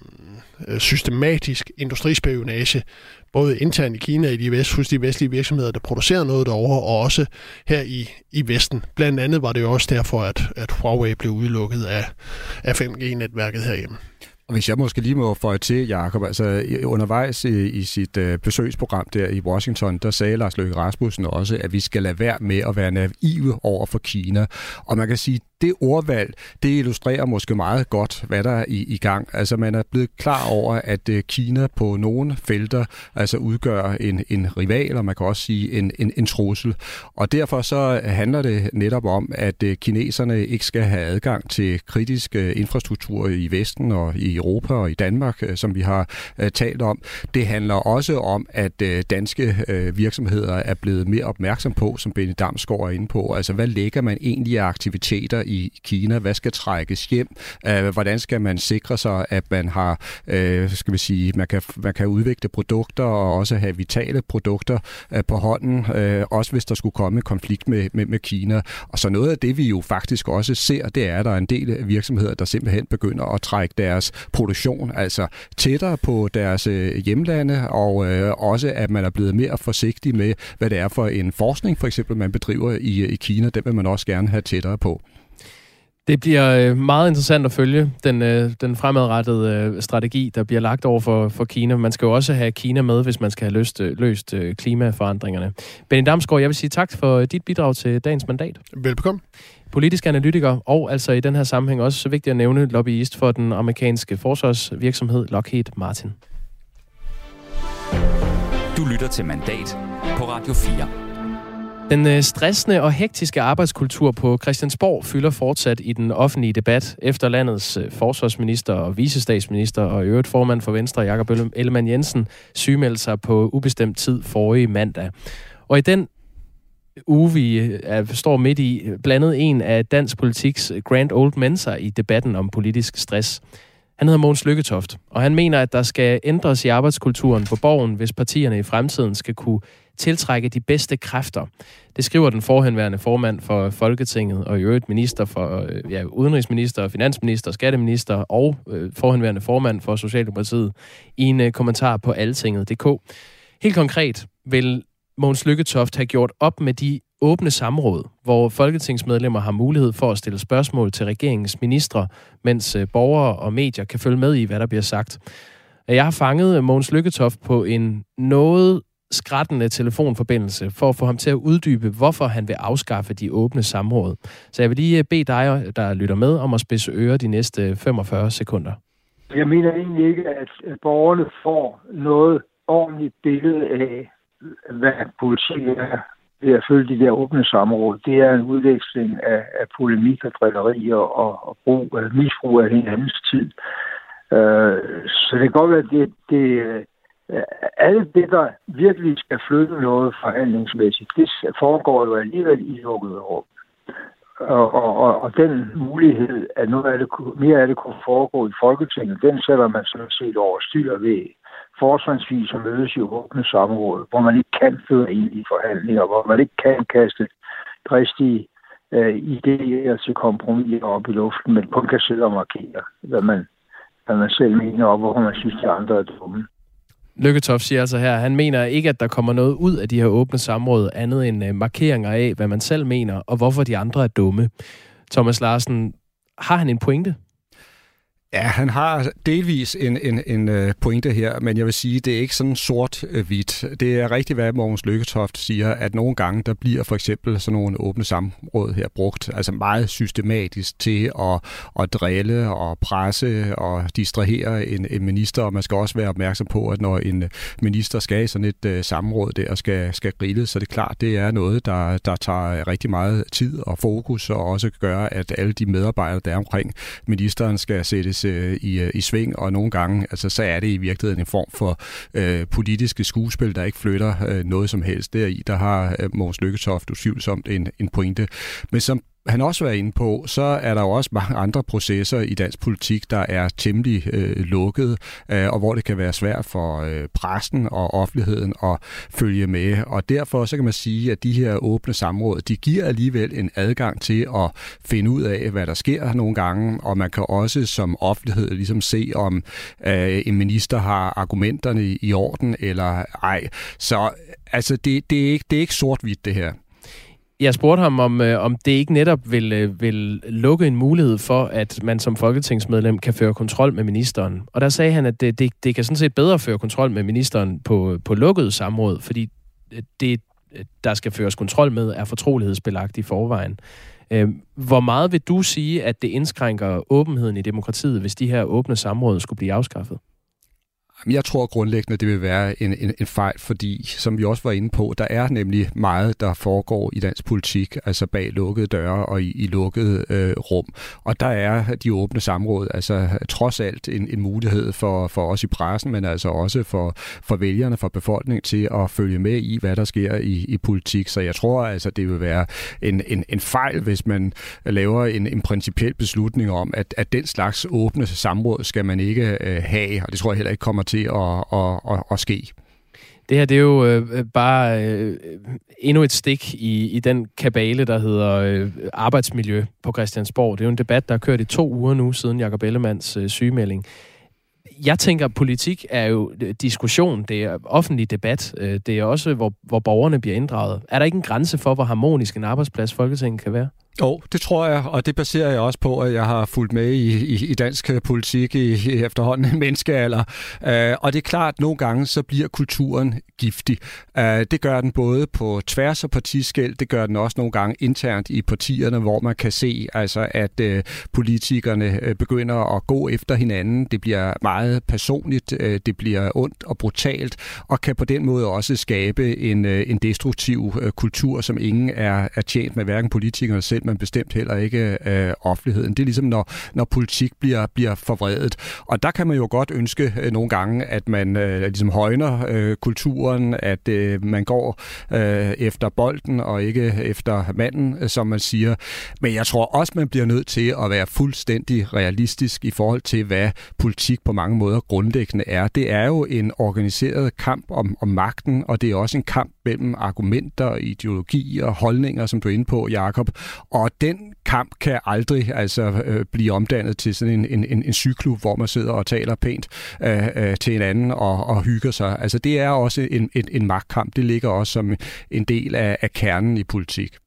systematisk industrispionage, både internt i Kina i de, vest, hos de vestlige virksomheder, der producerer noget derovre, og også her i, i Vesten. Blandt andet var det jo også derfor, at, at Huawei blev udelukket af, af fem G-netværket herhjemme. Og hvis jeg måske lige må føje til, Jacob, altså undervejs i, i sit øh, besøgsprogram der i Washington, der sagde Lars Løkke Rasmussen også, at vi skal lade være med at være naive over for Kina. Og man kan sige, det ordvalg, det illustrerer måske meget godt, hvad der er i, i gang. Altså man er blevet klar over, at øh, Kina på nogle felter altså udgør en, en rival, og man kan også sige en, en, en trussel. Og derfor så handler det netop om, at øh, kineserne ikke skal have adgang til kritisk øh, infrastruktur i Vesten og i Europa og i Danmark, øh, som vi har øh, talt om. Det handler også om, at øh, danske øh, virksomheder er blevet mere opmærksom på, som Benny Damsgaard er inde på. Altså hvad lægger man egentlig af aktiviteter i Kina? Hvad skal trækkes hjem? Hvordan skal man sikre sig, at man har, skal vi sige, man kan, man kan udvikle produkter og også have vitale produkter på hånden, også hvis der skulle komme en konflikt med, med, med Kina. Og så noget af det, vi jo faktisk også ser, det er, at der er en del virksomheder, der simpelthen begynder at trække deres produktion altså tættere på deres hjemlande, og også, at man er blevet mere forsigtig med, hvad det er for en forskning, for eksempel, man bedriver i, i Kina. Den vil man også gerne have tættere på. Det bliver meget interessant at følge den, den fremadrettede strategi, der bliver lagt over for, for Kina. Man skal jo også have Kina med, hvis man skal have løst, løst klimaforandringerne. Benny Damsgaard, jeg vil sige tak for dit bidrag til dagens mandat. Velbekomme. Politisk analytiker, og altså i den her sammenhæng også så vigtigt at nævne lobbyist for den amerikanske forsvarsvirksomhed Lockheed Martin. Du lytter til Mandat på Radio fire. Den stressende og hektiske arbejdskultur på Christiansborg fylder fortsat i den offentlige debat, efter landets forsvarsminister og vicestatsminister og i øvrigt formand for Venstre, Jakob Ellemann-Jensen, sygemeldte sig på ubestemt tid forrige mandag. Og i den uge, vi er, står midt i, blandet en af dansk politiks grand old men sig i debatten om politisk stress. Han hedder Mogens Lykketoft, og han mener, at der skal ændres i arbejdskulturen på Borgen, hvis partierne i fremtiden skal kunne tiltrække de bedste kræfter. Det skriver den forhenværende formand for Folketinget, og i øvrigt minister for ja, udenrigsminister, finansminister, skatteminister og øh, forhenværende formand for Socialdemokratiet i en øh, kommentar på altinget punktum d k. Helt konkret vil Mogens Lykketoft have gjort op med de åbne samråd, hvor folketingsmedlemmer har mulighed for at stille spørgsmål til regeringens ministre, mens borgere og medier kan følge med i, hvad der bliver sagt. Jeg har fanget Mogens Lykketoft på en noget skrattende telefonforbindelse for at få ham til at uddybe, hvorfor han vil afskaffe de åbne samråd. Så jeg vil lige bede dig, der lytter med, om at spidse ører de næste femogfyrre sekunder. Jeg mener egentlig ikke, at borgerne får noget ordentligt billede af, hvad politik er ved at følge de der åbne samråd. Det er en udveksling af, af polemik og drillerier og, og brug, af misbrug af hinandens tid. Uh, så det kan godt være, at det, det, uh, alt det, der virkelig skal flytte noget forhandlingsmæssigt, det foregår jo alligevel i lukkede rum. Og, og, og den mulighed, at noget af det, mere af det kunne foregå i Folketinget, den sætter man sådan set over styr ved forholdsvis at mødes i åbne samråd, hvor man ikke kan føre ind i forhandlinger, hvor man ikke kan kaste dristige øh, idéer til kompromiser op i luften, men kun kan sidde og markere, hvad man, hvad man selv mener, og hvor man synes, de andre er dumme. Lykketoft siger altså her, han mener ikke, at der kommer noget ud af de her åbne samråd, andet end markeringer af, hvad man selv mener, og hvorfor de andre er dumme. Thomas Larsen, har han en pointe? Ja, han har delvis en, en, en pointe her, men jeg vil sige, det er ikke sådan sort-hvidt. Det er rigtigt, hvad Mogens Lykketoft siger, at nogle gange, der bliver for eksempel sådan nogle åbne samråd her brugt, altså meget systematisk til at, at drille og presse og distrahere en, en minister, og man skal også være opmærksom på, at når en minister skal i sådan et uh, samråd der og skal, skal grille, så det er klart, det er noget, der, der tager rigtig meget tid og fokus, og også gør, at alle de medarbejdere, der er omkring ministeren, skal sættes I, i sving, og nogle gange, altså, så er det i virkeligheden en form for øh, politiske skuespil, der ikke flytter øh, noget som helst deri. Der har øh, Mogens Lykketoft utvivlsomt en, en pointe. Men som han også var inde på, så er der jo også mange andre processer i dansk politik, der er temmelig øh, lukkede, øh, og hvor det kan være svært for øh, pressen og offentligheden at følge med. Og derfor så kan man sige, at de her åbne samråd, de giver alligevel en adgang til at finde ud af, hvad der sker nogle gange, og man kan også som offentlighed ligesom se, om øh, en minister har argumenterne i, i orden eller ej. Så altså, det, det, er ikke, det er ikke sort-hvidt, det her. Jeg spurgte ham, om, øh, om det ikke netop vil, øh, vil lukke en mulighed for, at man som folketingsmedlem kan føre kontrol med ministeren. Og der sagde han, at det, det, det kan sådan set bedre føre kontrol med ministeren på, på lukket samråd, fordi det, der skal føres kontrol med, er fortrolighedsbelagt i forvejen. Øh, hvor meget vil du sige, at det indskrænker åbenheden i demokratiet, hvis de her åbne samråd skulle blive afskaffet? Jeg tror grundlæggende, det vil være en, en, en fejl, fordi, som vi også var inde på, der er nemlig meget, der foregår i dansk politik, altså bag lukkede døre og i, i lukkede øh, rum. Og der er de åbne samråd, altså trods alt en, en mulighed for, for os i pressen, men altså også for, for vælgerne, for befolkningen til at følge med i, hvad der sker i, i politik. Så jeg tror altså, det vil være en, en, en fejl, hvis man laver en, en principiel beslutning om, at, at den slags åbne samråd skal man ikke øh, have, og det tror jeg heller ikke kommer til at, at, at, at ske. Det her, det er jo øh, bare øh, endnu et stik i, i den kabale, der hedder øh, arbejdsmiljø på Christiansborg. Det er jo en debat, der har kørt i to uger nu, siden Jakob Ellemanns øh, sygemelding. Jeg tænker, politik er jo diskussion, det er offentlig debat, øh, det er også, hvor, hvor borgerne bliver inddraget. Er der ikke en grænse for, hvor harmonisk en arbejdsplads Folketinget kan være? Jo, oh, det tror jeg, og det baserer jeg også på, at jeg har fulgt med i, i, i dansk politik i, i efterhånden en menneskealder. Uh, og det er klart, at nogle gange så bliver kulturen giftig. Uh, det gør den både på tværs af partiskel, det gør den også nogle gange internt i partierne, hvor man kan se, altså, at uh, politikerne uh, begynder at gå efter hinanden. Det bliver meget personligt, uh, det bliver ondt og brutalt, og kan på den måde også skabe en, uh, en destruktiv uh, kultur, som ingen er, er tjent med, hverken politikerne selv, men bestemt heller ikke øh, offentligheden. Det er ligesom, når, når politik bliver, bliver forvredet. Og der kan man jo godt ønske øh, nogle gange, at man øh, ligesom højner øh, kulturen, at øh, man går øh, efter bolden og ikke efter manden, øh, som man siger. Men jeg tror også, man bliver nødt til at være fuldstændig realistisk i forhold til, hvad politik på mange måder grundlæggende er. Det er jo en organiseret kamp om, om magten, og det er også en kamp mellem argumenter, ideologier og holdninger, som du er inde på, Jakob. Og den kamp kan aldrig altså øh, blive omdannet til sådan en, en, en syklub, hvor man sidder og taler pænt øh, øh, til hinanden og, og hygger sig. Altså det er også en, en, en magtkamp. Det ligger også som en del af, af kernen i politik.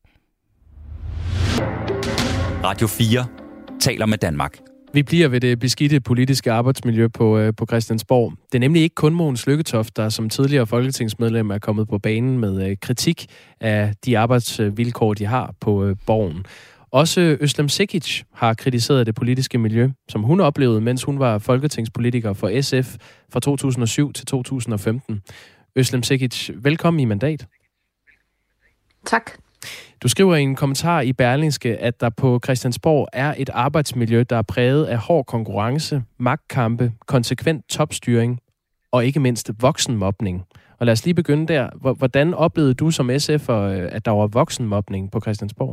Radio fire taler med Danmark. Vi bliver ved det beskidte politiske arbejdsmiljø på, øh, på Christiansborg. Det er nemlig ikke kun Mogens Lykketoft, der som tidligere folketingsmedlem er kommet på banen med øh, kritik af de arbejdsvilkår, de har på øh, borgen. Også Özlem Cekic har kritiseret det politiske miljø, som hun oplevede, mens hun var folketingspolitiker for S F fra to tusind og syv til to tusind og femten. Özlem Cekic, velkommen i Mandat. Tak. Du skriver i en kommentar i Berlingske, at der på Christiansborg er et arbejdsmiljø, der er præget af hård konkurrence, magtkampe, konsekvent topstyring og ikke mindst voksenmobning. Og lad os lige begynde der. Hvordan oplevede du som S F'er, at der var voksenmobning på Christiansborg?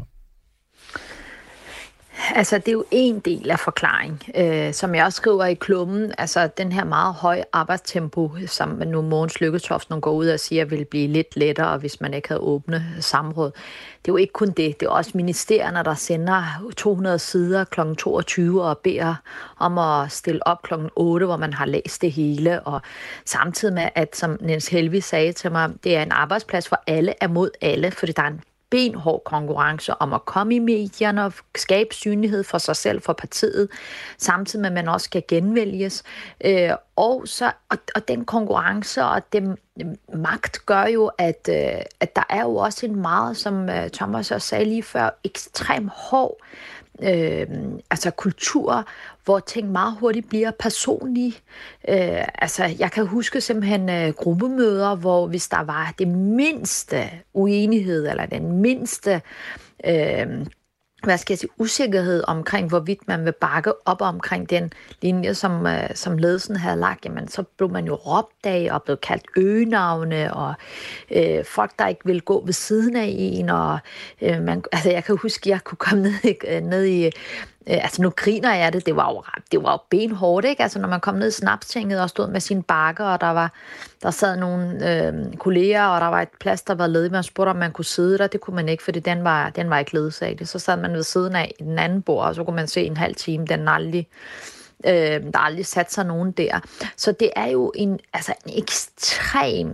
Altså, det er jo en del af forklaring, øh, som jeg også skriver i klummen. Altså, den her meget høje arbejdstempo, som nu Mogens Lykketoft nu går ud og siger, vil blive lidt lettere, hvis man ikke havde åbnet samråd. Det er jo ikke kun det. Det er også ministerierne, der sender to hundrede sider klokken toogtyve og beder om at stille op klokken otte, hvor man har læst det hele. Og samtidig med, at som Niels Helvig sagde til mig, det er en arbejdsplads, hvor alle er mod alle, fordi der er en benhård konkurrence om at komme i medierne og skabe synlighed for sig selv, for partiet, samtidig med, at man også skal genvælges. Øh, og, så, og, og den konkurrence og den magt gør jo, at, øh, at der er jo også en meget, som øh, Thomas også sagde lige før, ekstrem hård øh, altså kultur, hvor ting meget hurtigt bliver personlige. Øh, altså, jeg kan huske simpelthen øh, gruppemøder, hvor hvis der var det mindste uenighed, eller den mindste øh, hvad skal jeg sige, usikkerhed omkring, hvorvidt man vil bakke op omkring den linje, som, øh, som ledelsen havde lagt, jamen, så blev man jo råbt af og blev kaldt øgenavne, og øh, folk, der ikke ville gå ved siden af en. Og, øh, man, altså, jeg kan huske, at jeg kunne komme ned, ned i altså nu griner jeg det, det var jo, det var jo benhårdt, ikke? Altså når man kom ned i Snapstinget og stod med sine bakker, og der var der sad nogle øh, kolleger, og der var et plads, der var ledigt, man spurgte, om man kunne sidde der, det kunne man ikke, fordi den var, den var ikke ledsaget. Så sad man ved siden af i den anden bord, og så kunne man se en halv time, den aldrig, øh, der aldrig sat sig nogen der. Så det er jo en, altså en ekstrem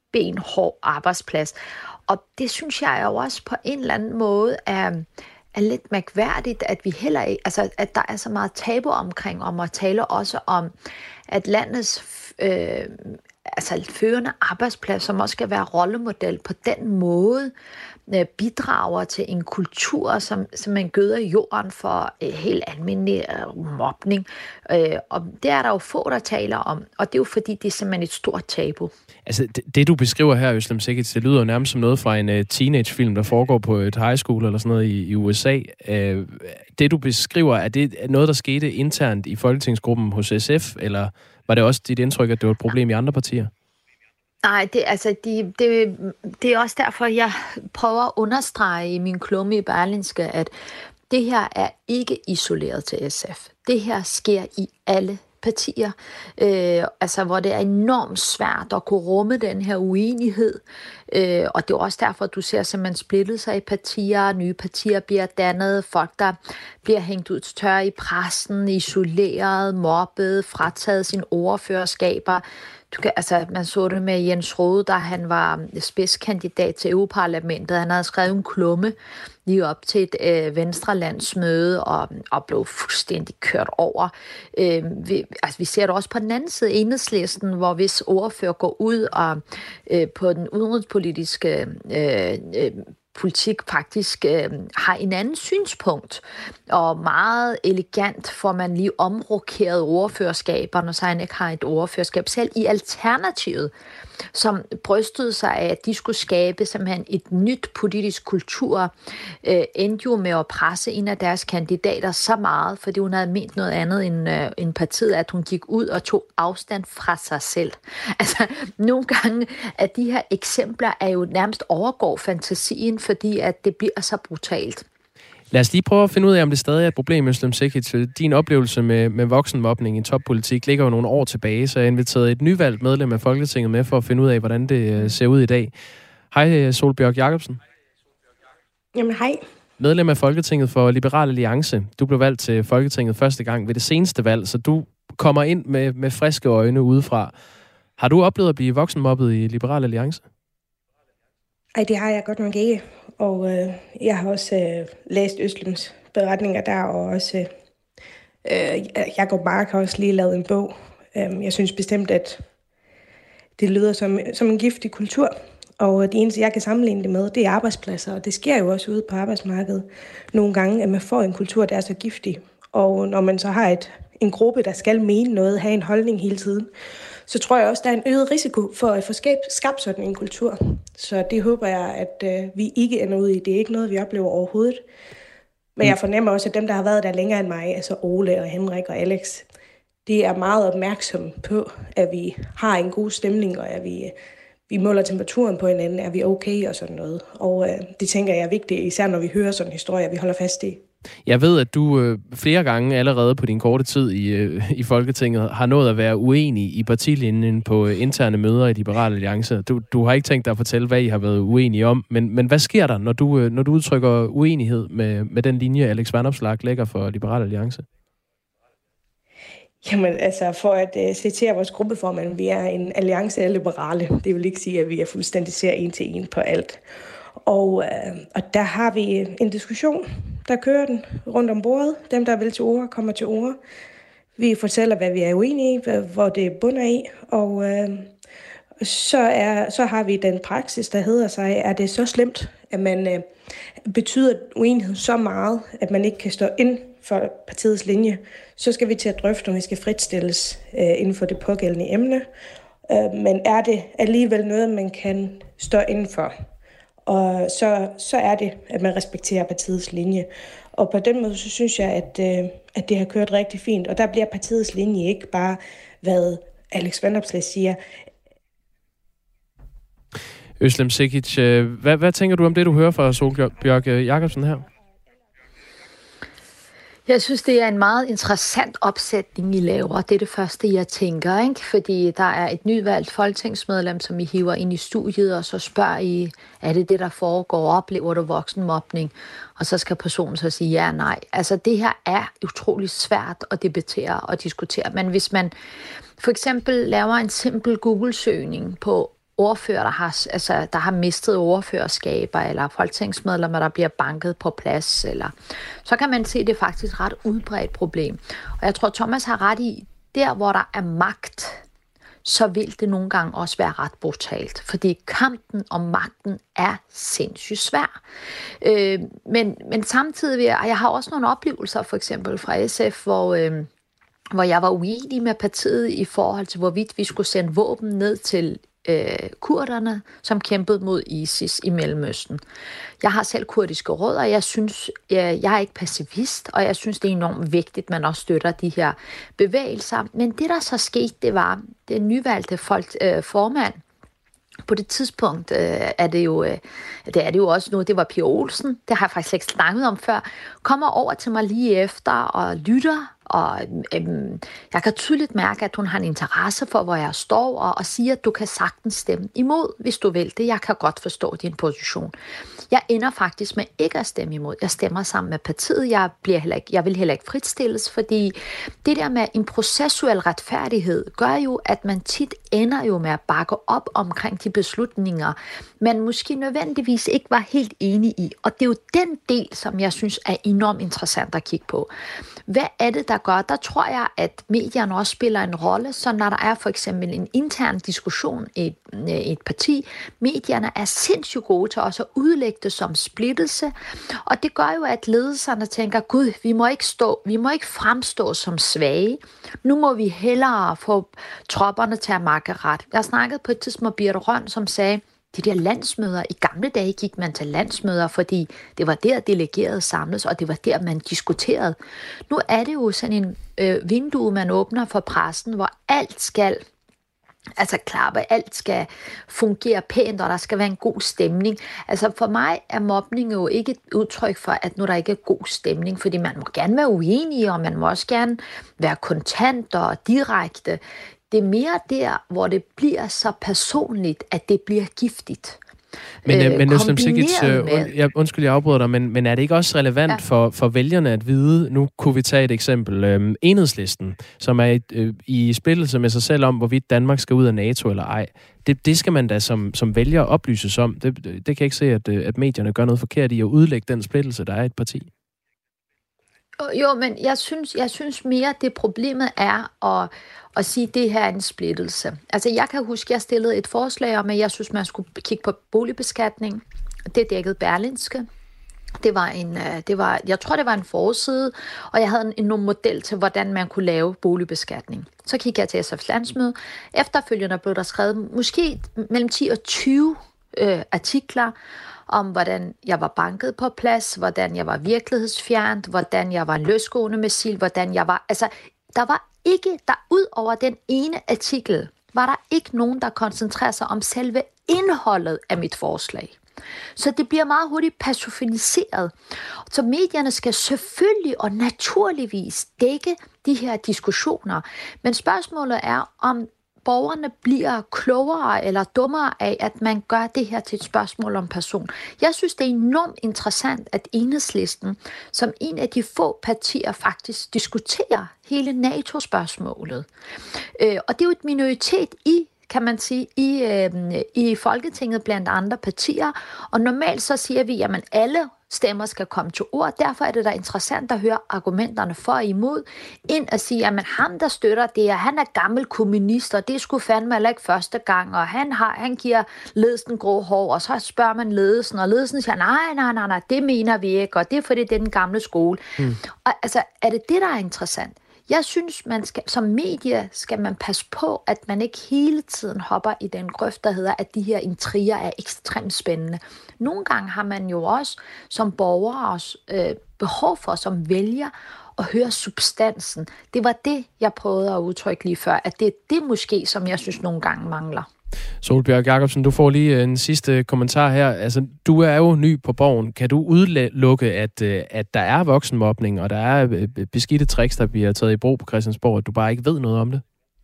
benhård arbejdsplads. Og det synes jeg jo også på en eller anden måde er, er lidt mærkværdigt, at vi heller ikke, altså at der er så meget tabu omkring, om at tale også om, at landets øh, altså førende arbejdsplads, som også skal være rollemodel på den måde, øh, bidrager til en kultur, som, som man gøder jorden for øh, helt almindelig øh, mobning. Øh, og det er der jo få, der taler om, og det er jo fordi, det er simpelthen et stort tabu. Altså, det, det du beskriver her, Özlem Cekic, det lyder jo nærmest som noget fra en uh, teenagefilm, der foregår på et high school eller sådan noget i, i U S A. Uh, det du beskriver, er det noget, der skete internt i folketingsgruppen hos S F, eller var det også dit indtryk, at det var et problem i andre partier? Nej, det, altså, de, det, det er også derfor, jeg prøver at understrege i min klumme i Berlingske, at det her er ikke isoleret til S F. Det her sker i alle partier, øh, altså hvor det er enormt svært at kunne rumme den her uenighed, øh, og det er også derfor, at du ser simpelthen splittet sig i partier, nye partier bliver dannet, folk der bliver hængt ud til tørre i pressen, isoleret, mobbet, frataget sine ordførerskaber. Du kan, altså, man så det med Jens Rohde, da han var spidskandidat til Europaparlamentet. Han havde skrevet en klumme lige op til et øh, venstrelandsmøde og, og blev fuldstændig kørt over. Øh, vi, altså, vi ser det også på den anden side, Enhedslisten, hvor hvis ordfører går ud og øh, på den udenrigspolitiske øh, øh, politik faktisk øh, har en anden synspunkt, og meget elegant får man lige omrokeret ordførerskaber, når så han ikke har et ordførerskab. Selv i Alternativet, som brystede sig af, at de skulle skabe simpelthen et nyt politisk kultur, øh, endte jo med at presse en af deres kandidater så meget, fordi hun havde ment noget andet end, øh, end partiet, at hun gik ud og tog afstand fra sig selv. Altså, nogle gange at de her eksempler er jo nærmest overgår fantasien, fordi at det bliver så brutalt. Lad os lige prøve at finde ud af, om det stadig er et problem, Özlem Cekic. Din oplevelse med, med voksenmobning i toppolitik ligger jo nogle år tilbage, så jeg har inviteret et nyvalgt medlem af Folketinget med for at finde ud af, hvordan det ser ud i dag. Hej, Sólbjørg Jakobsen. Jamen, hej. Medlem af Folketinget for Liberal Alliance. Du blev valgt til Folketinget første gang ved det seneste valg, så du kommer ind med, med friske øjne udefra. Har du oplevet at blive voksenmobbet i Liberal Alliance? Ej, det har jeg godt nok ikke. Og øh, jeg har også øh, læst Özlems beretninger der, og også øh, Jacob Mark har også lige lavet en bog. Øh, jeg synes bestemt, at det lyder som, som en giftig kultur, og det eneste, jeg kan sammenligne det med, det er arbejdspladser, og det sker jo også ude på arbejdsmarkedet nogle gange, at man får en kultur, der er så giftig. Og når man så har et, en gruppe, der skal mene noget, have en holdning hele tiden, så tror jeg også, der er en øget risiko for at få skabt sådan en kultur. Så det håber jeg, at øh, vi ikke ender ud i. Det er ikke noget, vi oplever overhovedet. Men jeg fornemmer også, at dem, der har været der længere end mig, altså Ole og Henrik og Alex, de er meget opmærksomme på, at vi har en god stemning, og at vi, vi måler temperaturen på hinanden, er vi okay og sådan noget. Og øh, det tænker jeg er vigtigt, især når vi hører sådan en historie, vi holder fast i. Jeg ved, at du øh, flere gange allerede på din korte tid i, øh, i Folketinget har nået at være uenig i partilinjen på øh, interne møder i Liberal Alliance. Du, du har ikke tænkt dig at fortælle, hvad I har været uenige om, men, men hvad sker der, når du, øh, når du udtrykker uenighed med, med den linje, Alex Vanopslagh lægger for Liberal Alliance? Jamen altså, for at uh, citere vores gruppeformand, vi er en alliance af liberale. Det vil ikke sige, at vi er fuldstændig ser en til en på alt. Og, øh, og der har vi en diskussion, der kører den rundt om bordet. Dem, der vil til ord, kommer til ord. Vi fortæller, hvad vi er uenige i, hvor det bunder i. Og øh, så, er, så har vi den praksis, der hedder sig, er det så slemt, at man øh, betyder uenighed så meget, at man ikke kan stå ind for partiets linje. Så skal vi til at drøfte, om vi skal fritstilles øh, inden for det pågældende emne. Øh, men er det alligevel noget, man kan stå inden for? Og så, så er det, at man respekterer partiets linje. Og på den måde, så synes jeg, at, at det har kørt rigtig fint. Og der bliver partiets linje ikke bare, hvad Alex Vanopslagh siger. Özlem Cekic, hvad, hvad tænker du om det, du hører fra Sólbjørg Jakobsen her? Jeg synes, det er en meget interessant opsætning, I laver. Det er det første, jeg tænker, ikke? Fordi der er et nyvalgt folketingsmedlem, som I hiver ind i studiet, og så spørger I, er det det, der foregår? Oplever du voksenmobning? Og så skal personen så sige ja og nej. Altså, det her er utroligt svært at debattere og diskutere. Men hvis man for eksempel laver en simpel Google-søgning på ordfører, der har, altså, der har mistet ordførerskaber, eller folketingsmedlemmer, der bliver banket på plads, eller så kan man se, at det er faktisk et ret udbredt problem. Og jeg tror, Thomas har ret i, der hvor der er magt, så vil det nogle gange også være ret brutalt. Fordi kampen om magten er sindssygt svær. Øh, men, men samtidig, jeg, jeg har også nogle oplevelser, for eksempel fra S F, hvor, øh, hvor jeg var uenig med partiet i forhold til, hvorvidt vi skulle sende våben ned til øh, kurderne, som kæmpede mod ISIS i Mellemøsten. Jeg har selv kurdiske rødder, og jeg synes, jeg, jeg er ikke pacifist, og jeg synes, det er enormt vigtigt, at man også støtter de her bevægelser. Men det, der så skete, det var, det nyvalgte folk, øh, formand, på det tidspunkt øh, er det jo, øh, det er det jo også nu, det var Pia Olsen, det har jeg faktisk ikke snakket om før, kommer over til mig lige efter og lytter, og øhm, jeg kan tydeligt mærke, at hun har en interesse for, hvor jeg står, og, og siger, at du kan sagtens stemme imod, hvis du vil det. Jeg kan godt forstå din position. Jeg ender faktisk med ikke at stemme imod. Jeg stemmer sammen med partiet. Jeg, bliver heller ikke, jeg vil heller ikke fritstilles, fordi det der med en processuel retfærdighed gør jo, at man tit ender jo med at bakke op omkring de beslutninger, man måske nødvendigvis ikke var helt enig i. Og det er jo den del, som jeg synes er enormt interessant at kigge på. Hvad er det, der gør? Der tror jeg, at medierne også spiller en rolle, så når der er for eksempel en intern diskussion i et, et parti, medierne er sindssygt gode til også at udlægge det som splittelse, og det gør jo, at ledelserne tænker, gud, vi må ikke stå, vi må ikke fremstå som svage. Nu må vi hellere få tropperne til at makke ret. Jeg snakkede på et tidspunkt med Birthe Rønn, som sagde, de der landsmøder, i gamle dage gik man til landsmøder, fordi det var der delegerede samles, og det var der, man diskuterede. Nu er det jo sådan en øh, vindue, man åbner for pressen, hvor alt skal, altså klappe, alt skal fungere pænt, og der skal være en god stemning. Altså for mig er mobning jo ikke et udtryk for, at nu der ikke er god stemning, fordi man må gerne være uenige, og man må også gerne være kontant og direkte. Det er mere der, hvor det bliver så personligt, at det bliver giftigt. Men, øh, men Özlem Cekic, med... jeg, undskyld, jeg afbryder dig, men, men er det ikke også relevant ja. for, for vælgerne at vide, nu kunne vi tage et eksempel, øh, Enhedslisten, som er i, øh, i splittelse med sig selv om, hvorvidt Danmark skal ud af NATO eller ej. Det, det skal man da som, som vælger oplyses om. Det, det kan jeg ikke se, at, at medierne gør noget forkert i at udlægge den splittelse, der er i et parti. Jo, men jeg synes, jeg synes mere, at det problemet er at, at sige, at det her er en splittelse. Altså, jeg kan huske, at jeg stillede et forslag om, at jeg synes, man skulle kigge på boligbeskatning. Det dækkede Berlingske. Det var en, det var, jeg tror, det var en forside, og jeg havde en, en model til, hvordan man kunne lave boligbeskatning. Så kiggede jeg til S F's landsmøde. Efterfølgende blev der skrevet måske mellem ti og tyve øh, artikler, om hvordan jeg var banket på plads, hvordan jeg var virkelighedsfjernt, hvordan jeg var en løsgående missil, hvordan jeg var... Altså, der var ikke, der ud over den ene artikel, var der ikke nogen, der koncentrerer sig om selve indholdet af mit forslag. Så det bliver meget hurtigt personificeret. Så medierne skal selvfølgelig og naturligvis dække de her diskussioner. Men spørgsmålet er, om borgerne bliver klogere eller dummere af, at man gør det her til et spørgsmål om person. Jeg synes, det er enormt interessant, at Enhedslisten, som en af de få partier, faktisk diskuterer hele NATO-spørgsmålet. Øh, og det er jo et minoritet i, kan man sige, i, øh, i Folketinget blandt andre partier. Og normalt så siger vi, at alle stemmer skal komme til ord. Derfor er det da interessant at høre argumenterne for og imod, ind at sige, at ham, der støtter det, han er gammel kommunist, og det skulle fandme heller ikke første gang, og han, har, han giver ledelsen grå hår, og så spørger man ledelsen, og ledelsen siger, nej, nej, nej, nej, det mener vi ikke, og det er fordi, det er den gamle skole. Mm. Og altså, er det det, der er interessant? Jeg synes, man skal, som medie skal man passe på, at man ikke hele tiden hopper i den grøft, der hedder, at de her intriger er ekstremt spændende. Nogle gange har man jo også som borger også, øh, behov for, som vælger, at høre substansen. Det var det, jeg prøvede at udtrykke lige før, at det er det måske, som jeg synes nogle gange mangler. Sólbjørg Jakobsen, du får lige en sidste kommentar her. Altså, du er jo ny på Borgen. Kan du udelukke, at, at der er voksenmobning, og der er beskidte tricks, der bliver taget i brug på Christiansborg, at du bare ikke ved noget om det?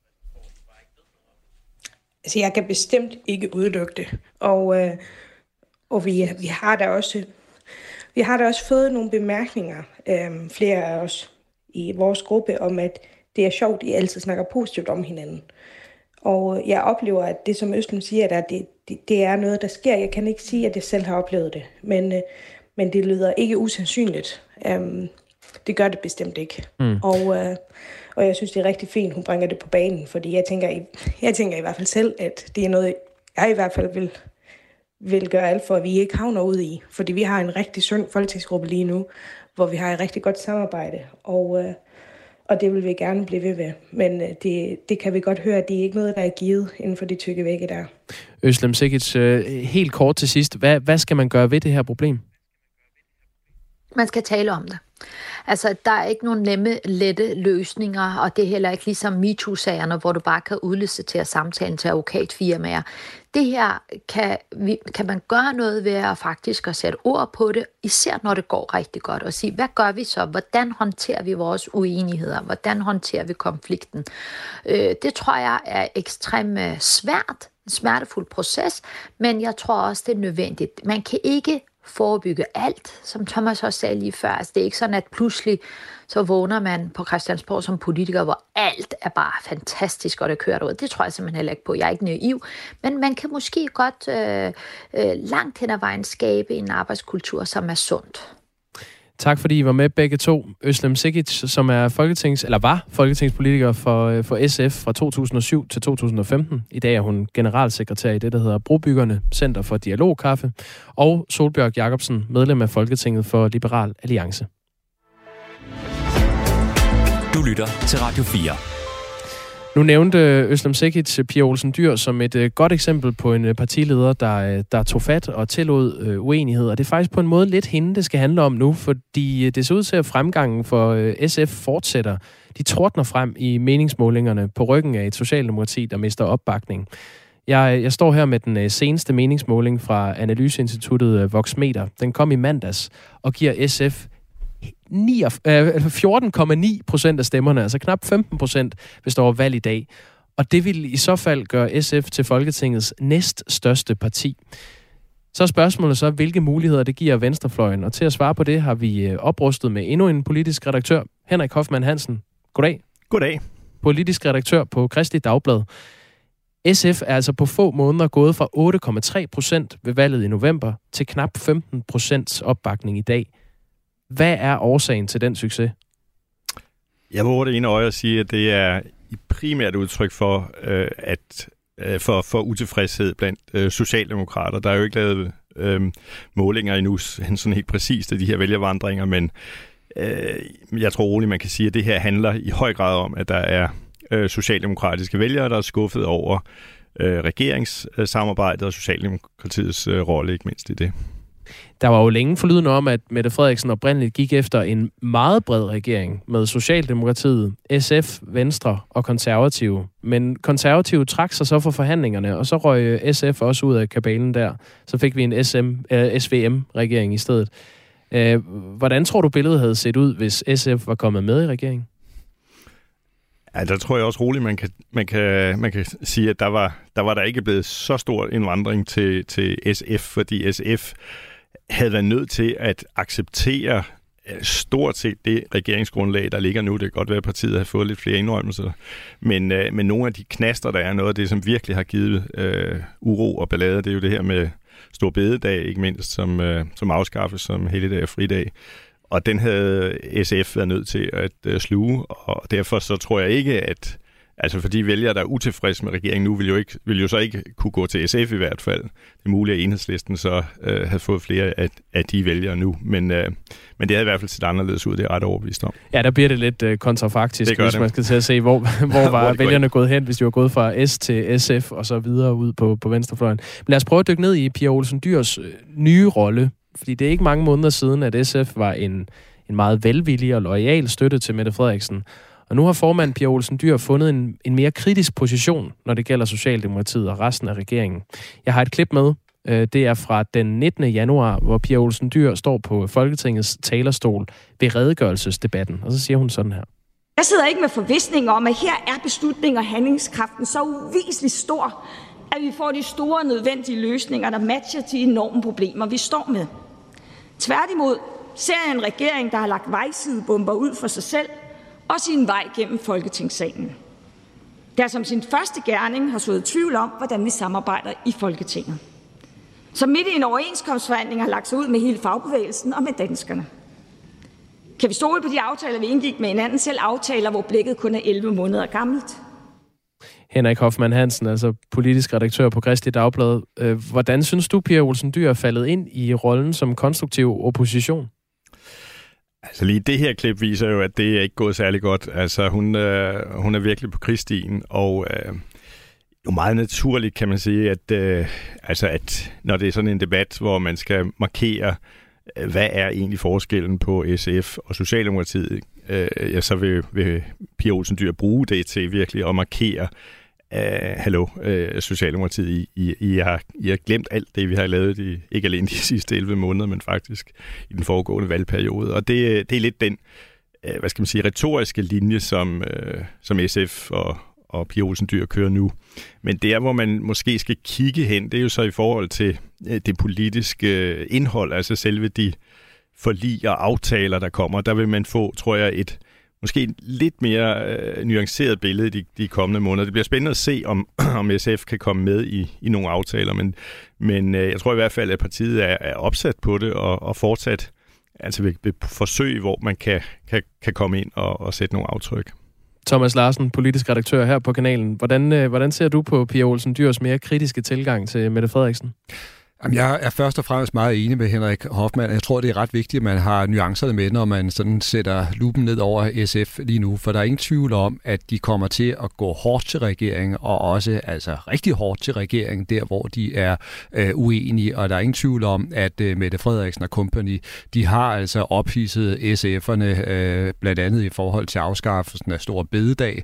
Altså, jeg kan bestemt ikke udelukke det. Og, øh, og vi, vi har da også, vi har da også fået nogle bemærkninger, øh, flere af os i vores gruppe, om at det er sjovt, at I altid snakker positivt om hinanden. Og jeg oplever, at det, som Østlund siger, der, det, det, det er noget, der sker. Jeg kan ikke sige, at jeg selv har oplevet det, men, øh, men det lyder ikke usandsynligt. Um, det gør det bestemt ikke. Mm. Og, øh, og jeg synes, det er rigtig fint, hun bringer det på banen, fordi jeg tænker, jeg tænker i hvert fald selv, at det er noget, jeg i hvert fald vil, vil gøre alt for, at vi ikke havner ud i. Fordi vi har en rigtig sund folketingsgruppe lige nu, hvor vi har et rigtig godt samarbejde, og, øh, og det vil vi gerne blive ved med. Men øh, det, det kan vi godt høre, at det er ikke noget, der er givet inden for de tykke vægge der. Özlem Cekic, øh, helt kort til sidst. Hvad, hvad skal man gøre ved det her problem? Man skal tale om det. Altså, der er ikke nogen nemme, lette løsninger, og det er heller ikke ligesom MeToo-sagerne, hvor du bare kan udlicitere samtalen til advokatfirmaer. Det her kan, vi, kan man gøre noget ved at faktisk at sætte ord på det, især når det går rigtig godt, og sige, hvad gør vi så? Hvordan håndterer vi vores uenigheder? Hvordan håndterer vi konflikten? Øh, det tror jeg er ekstremt svært, en smertefuld proces, men jeg tror også, det er nødvendigt. Man kan ikke forebygge alt, som Thomas også sagde lige før. Altså, det er ikke sådan, at pludselig så vågner man på Christiansborg som politiker, hvor alt er bare fantastisk, og det kører ud. Det tror jeg simpelthen heller ikke på. Jeg er ikke naiv, men man kan måske godt øh, øh, langt hen ad vejen skabe en arbejdskultur, som er sundt. Tak fordi I var med begge to. Özlem Cekic, som er folketings, eller var folketingspolitiker for, for S F fra to tusind og syv til to tusind og femten. I dag er hun generalsekretær i det, der hedder Brobyggerne Center for Dialogkaffe. Og Sólbjørg Jacobsen, medlem af Folketinget for Liberal Alliance. Du lytter til Radio fire. Nu nævnte Özlem Cekic Pia Olsen Dyhr som et uh, godt eksempel på en uh, partileder, der, uh, der tog fat og tillod uh, uenighed. Og det er faktisk på en måde lidt hende, det skal handle om nu, fordi uh, det ser ud til, at fremgangen for uh, S F fortsætter. De tordner frem i meningsmålingerne på ryggen af et socialdemokrati, der mister opbakning. Jeg, jeg står her med den uh, seneste meningsmåling fra analyseinstituttet uh, Voxmeter. Den kom i mandags og giver S F fjorten komma ni procent af stemmerne, altså knap femten procent, hvis der var valg i dag. Og det vil i så fald gøre S F til Folketingets næststørste parti. Så er spørgsmålet så, hvilke muligheder det giver venstrefløjen. Og til at svare på det har vi oprustet med endnu en politisk redaktør, Henrik Hoffmann Hansen. Goddag. Goddag. Politisk redaktør på Kristeligt Dagblad. S F er altså på få måneder gået fra otte komma tre procent ved valget i november til knap femten procent opbakning i dag. Hvad er årsagen til den succes? Jeg våger det ene øje at sige, at det er primært udtryk for, øh, at, øh, for, for utilfredshed blandt øh, socialdemokrater. Der er jo ikke lavet øh, målinger endnu sådan helt præcist af de her vælgervandringer, men øh, jeg tror roligt, man kan sige, at det her handler i høj grad om, at der er øh, socialdemokratiske vælgere, der er skuffet over øh, regeringssamarbejdet og Socialdemokratiets øh, rolle, ikke mindst i det. Der var jo længe forlydende om, at Mette Frederiksen oprindeligt gik efter en meget bred regering med Socialdemokratiet, S F, Venstre og Konservative. Men Konservative trak sig så for forhandlingerne, og så røg S F også ud af kabalen der. Så fik vi en S M, øh, S V M-regering i stedet. Øh, hvordan tror du, billedet havde set ud, hvis S F var kommet med i regeringen? Ja, der tror jeg også roligt, man kan, man kan, man kan sige, at der var, der var der ikke blevet så stor indvandring til, til S F, fordi S F havde været nødt til at acceptere stort set det regeringsgrundlag, der ligger nu. Det kan godt være, at partiet har fået lidt flere indrømmelser. Men, øh, men nogle af de knaster, der er noget af det, som virkelig har givet øh, uro og ballade, det er jo det her med Store Bededag, ikke mindst, som, øh, som afskaffes som helligdag og fridag. Og den havde S F været nødt til at øh, sluge, og derfor så tror jeg ikke, at altså fordi vælgere, der er utilfredse med regeringen nu, vil jo, ikke, vil jo så ikke kunne gå til S F i hvert fald. Det er muligt, at Enhedslisten så øh, havde fået flere af, af de vælgere nu, men, øh, men det havde i hvert fald set anderledes ud, det er ret overbevist om. Ja, der bliver det lidt øh, kontrafaktisk, hvis det. man skal til at se, hvor, hvor var hvor vælgerne gået hen, hvis de var gået fra S til S F og så videre ud på, på venstrefløjen. Men lad os prøve at dykke ned i Pia Olsen Dyhrs øh, nye rolle, fordi det er ikke mange måneder siden, at S F var en, en meget velvillig og loyal støtte til Mette Frederiksen. Og nu har formand Pia Olsen Dyhr fundet en, en mere kritisk position, når det gælder Socialdemokratiet og resten af regeringen. Jeg har et klip med. Det er fra den nittende januar, hvor Pia Olsen Dyhr står på Folketingets talerstol ved redegørelsesdebatten. Og så siger hun sådan her. Jeg sidder ikke med forvisning om, at her er beslutning og handlingskraften så uviseligt stor, at vi får de store nødvendige løsninger, der matcher de enorme problemer, vi står med. Tværtimod ser jeg en regering, der har lagt vejsidebomber ud for sig selv, og sin vej gennem Folketingssalen. der som sin første gerning har sået tvivl om, hvordan vi samarbejder i Folketinget. Som midt i en overenskomstforhandling har lagt sig ud med hele fagbevægelsen og med danskerne. Kan vi stole på de aftaler, vi indgik med hinanden, selv aftaler, hvor blikket kun er elleve måneder gammelt? Henrik Hoffmann Hansen, altså politisk redaktør på Kristeligt Dagblad. Hvordan synes du, Pia Olsen Dyhr er faldet ind i rollen som konstruktiv opposition? Altså lige det her klip viser jo, at det er ikke gået særlig godt. Altså hun, øh, hun er virkelig på krigsstien, og øh, jo meget naturligt kan man sige, at, øh, altså at når det er sådan en debat, hvor man skal markere, øh, hvad er egentlig forskellen på S F og Socialdemokratiet, øh, ja, så vil, vil Pia Olsen Dyhr bruge det til virkelig at markere, Uh, hallo, uh, Socialdemokratiet, I, I, I, har, I har glemt alt det, vi har lavet, i, ikke alene de sidste elleve måneder, men faktisk i den foregående valgperiode. Og det, det er lidt den, uh, hvad skal man sige, retoriske linje, som, uh, som S F og, og Pia Olsen Dyhr kører nu. Men det er, hvor man måske skal kigge hen, det er jo så i forhold til uh, det politiske uh, indhold, altså selve de forlig og aftaler, der kommer. Der vil man få, tror jeg, et måske et lidt mere øh, nuanceret billede de, de kommende måneder. Det bliver spændende at se, om, om S F kan komme med i, i nogle aftaler, men, men øh, jeg tror i hvert fald, at partiet er, er opsat på det, og, og fortsat altså vil, vil forsøge, hvor man kan, kan, kan komme ind og, og sætte nogle aftryk. Thomas Larsen, politisk redaktør her på kanalen. Hvordan, øh, hvordan ser du på Pia Olsen Dyhrs mere kritiske tilgang til Mette Frederiksen? Jamen, jeg er først og fremmest meget enig med Henrik Hoffmann. Jeg tror, det er ret vigtigt, at man har nuancerne med, når man sådan sætter lupen ned over S F lige nu. For der er ingen tvivl om, at de kommer til at gå hårdt til regeringen, og også altså rigtig hårdt til regeringen, der hvor de er øh, uenige. Og der er ingen tvivl om, at øh, Mette Frederiksen og company, de har altså ophidset S F'erne, øh, blandt andet i forhold til afskaffelsen af Store Bededag.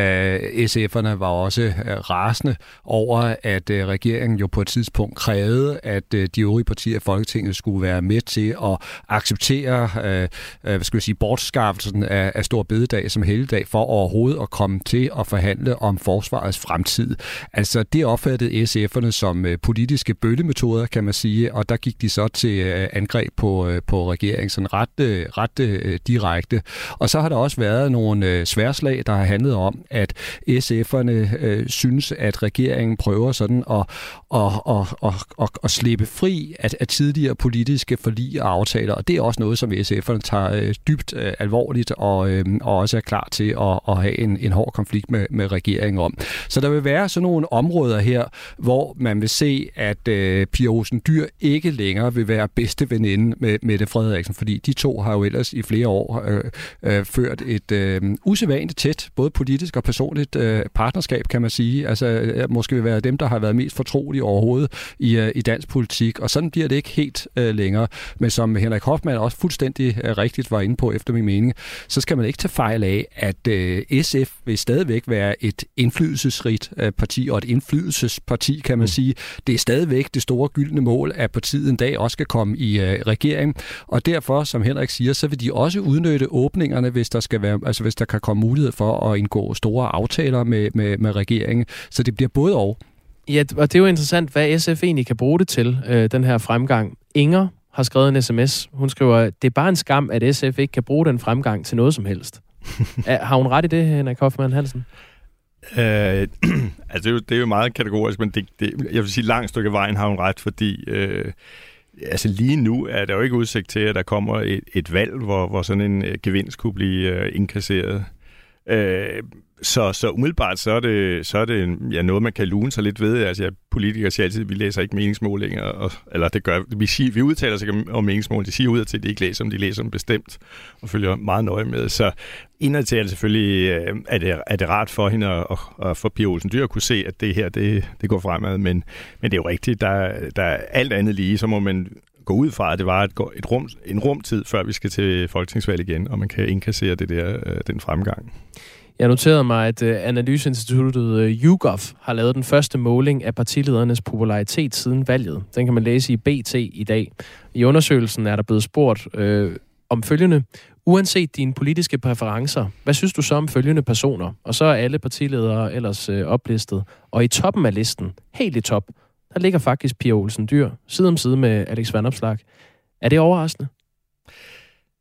Øh, S F'erne var også øh, rasende over, at øh, regeringen jo på et tidspunkt krævede, at øh, de øvrige partier i Folketinget skulle være med til at acceptere øh, hvad skal vi sige, bortskaffelsen af, af Store Bededag som helligdag for overhovedet at komme til at forhandle om forsvarets fremtid. Altså det opfattede S F'erne som øh, politiske bøllemetoder, kan man sige, og der gik de så til øh, angreb på, øh, på regeringen sådan ret, øh, ret øh, direkte. Og så har der også været nogle øh, sværslag, der har handlet om, at S F'erne øh, synes, at regeringen prøver sådan at, at, at, at, at, at slippe fri af, af tidligere politiske forlig og aftaler, og det er også noget, som S F'erne tager øh, dybt øh, alvorligt og, øh, og også er klar til at, at have en, en hård konflikt med, med regeringen om. Så der vil være sådan nogle områder her, hvor man vil se, at øh, Pia Olsen Dyhr ikke længere vil være bedste veninde med Mette Frederiksen, fordi de to har jo ellers i flere år øh, øh, ført et øh, usædvanligt tæt, både politisk og personligt øh, partnerskab, kan man sige. Altså måske vil være dem, der har været mest fortrolige overhovedet i, øh, i dansk politik, og sådan bliver det ikke helt øh, længere. Men som Henrik Hoffmann også fuldstændig øh, rigtigt var inde på, efter min mening, så skal man ikke tage fejl af, at øh, S F vil stadigvæk være et indflydelsesrigt øh, parti, og et indflydelsesparti, kan man mm. sige. Det er stadigvæk det store gyldne mål, at partiet en dag også skal komme i øh, regering, og derfor, som Henrik siger, så vil de også udnytte åbningerne, hvis der skal være, altså hvis der kan komme mulighed for at indgå store aftaler med, med, med regeringen. Så det bliver både og. Ja, og det er jo interessant, hvad S F egentlig kan bruge det til, øh, den her fremgang. Inger har skrevet en sms. Hun skriver, det er bare en skam, at S F ikke kan bruge den fremgang til noget som helst. Har hun ret i det, Henrik Hoffmann Hansen? Øh, altså, det er, jo, det er jo meget kategorisk, men det, det, jeg vil sige, langt stykke vejen har hun ret, fordi øh, altså lige nu er der jo ikke udsigt til, at der kommer et, et valg, hvor, hvor sådan en øh, gevinst kunne blive øh, indkasseret. Øh, Så, så umiddelbart, så er det, så er det ja, noget, man kan lune sig lidt ved. Altså, jeg, politikere siger altid, at vi læser ikke meningsmålinger, og, eller det gør vi. Siger, vi udtaler sig om, om meningsmålinger. De siger ud til, at de ikke læser om, de læser om bestemt, og følger meget nøje med. Så indadtil er det selvfølgelig, er det, er det rart for hende, og, og for Pia Olsen Dyhr at kunne se, at det her, det, det går fremad. Men, men det er jo rigtigt, der, der er alt andet lige, så må man gå ud fra, at det var et, et rum, en rumtid, før vi skal til folketingsvalg igen, og man kan indkassere det der, den fremgang. Jeg noterede mig, at analyseinstituttet YouGov har lavet den første måling af partiledernes popularitet siden valget. Den kan man læse i B T i dag. I undersøgelsen er der blevet spurgt øh, om følgende. Uanset dine politiske præferencer, hvad synes du så om følgende personer? Og så er alle partiledere ellers øh, oplistet. Og i toppen af listen, helt i top, der ligger faktisk Pia Olsen Dyhr, side om side med Alex Vanopslagh. Er det overraskende?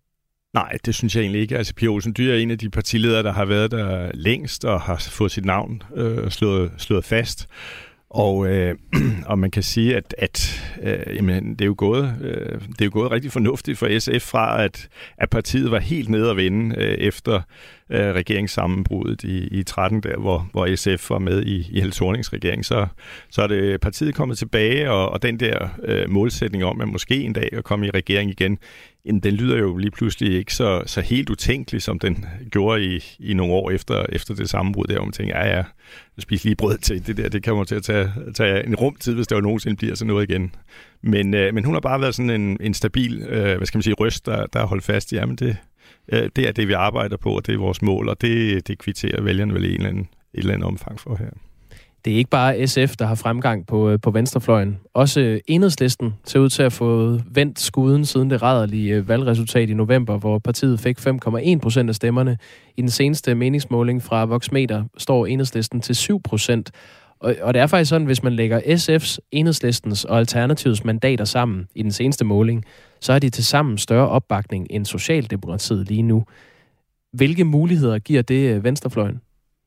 Nej, det synes jeg egentlig ikke. Altså, Pia Olsen Dyhr er en af de partiledere, der har været der længst og har fået sit navn øh, slået, slået fast. Og, øh, og man kan sige, at, at øh, jamen, det, er jo gået, øh, det er jo gået rigtig fornuftigt for S F fra, at, at partiet var helt nede at vende øh, efter øh, regeringssammenbruddet i, i tretten, der, hvor, hvor S F var med i, i Helle Thornings regering. Så, så er det partiet kommet tilbage, og, og den der øh, målsætning om, at måske en dag at komme i regering igen, den lyder jo lige pludselig ikke så, så helt utænkelig, som den gjorde i, i nogle år efter, efter det sammenbrud der, hvor man tænker, ja ja, spis lige brød til det der, det kommer til at tage, tage en rumtid, hvis der jo nogensinde bliver sådan noget igen. Men, øh, men hun har bare været sådan en, en stabil, øh, hvad skal man sige, røst, der, der har holdt fast i, jamen det, øh, det er det, vi arbejder på, og det er vores mål, og det, det kvitterer vælgerne vel i en eller anden, et eller andet omfang for her. Det er ikke bare S F, der har fremgang på, på venstrefløjen. Også Enhedslisten ser ud til at få vendt skuden siden det rædderlige valgresultat i november, hvor partiet fik fem komma en procent af stemmerne. I den seneste meningsmåling fra Voxmeter står Enhedslisten til syv procent. Og, og det er faktisk sådan, hvis man lægger S F's, Enhedslistens og Alternativets mandater sammen i den seneste måling, så er de til sammen større opbakning end Socialdemokratiet lige nu. Hvilke muligheder giver det venstrefløjen?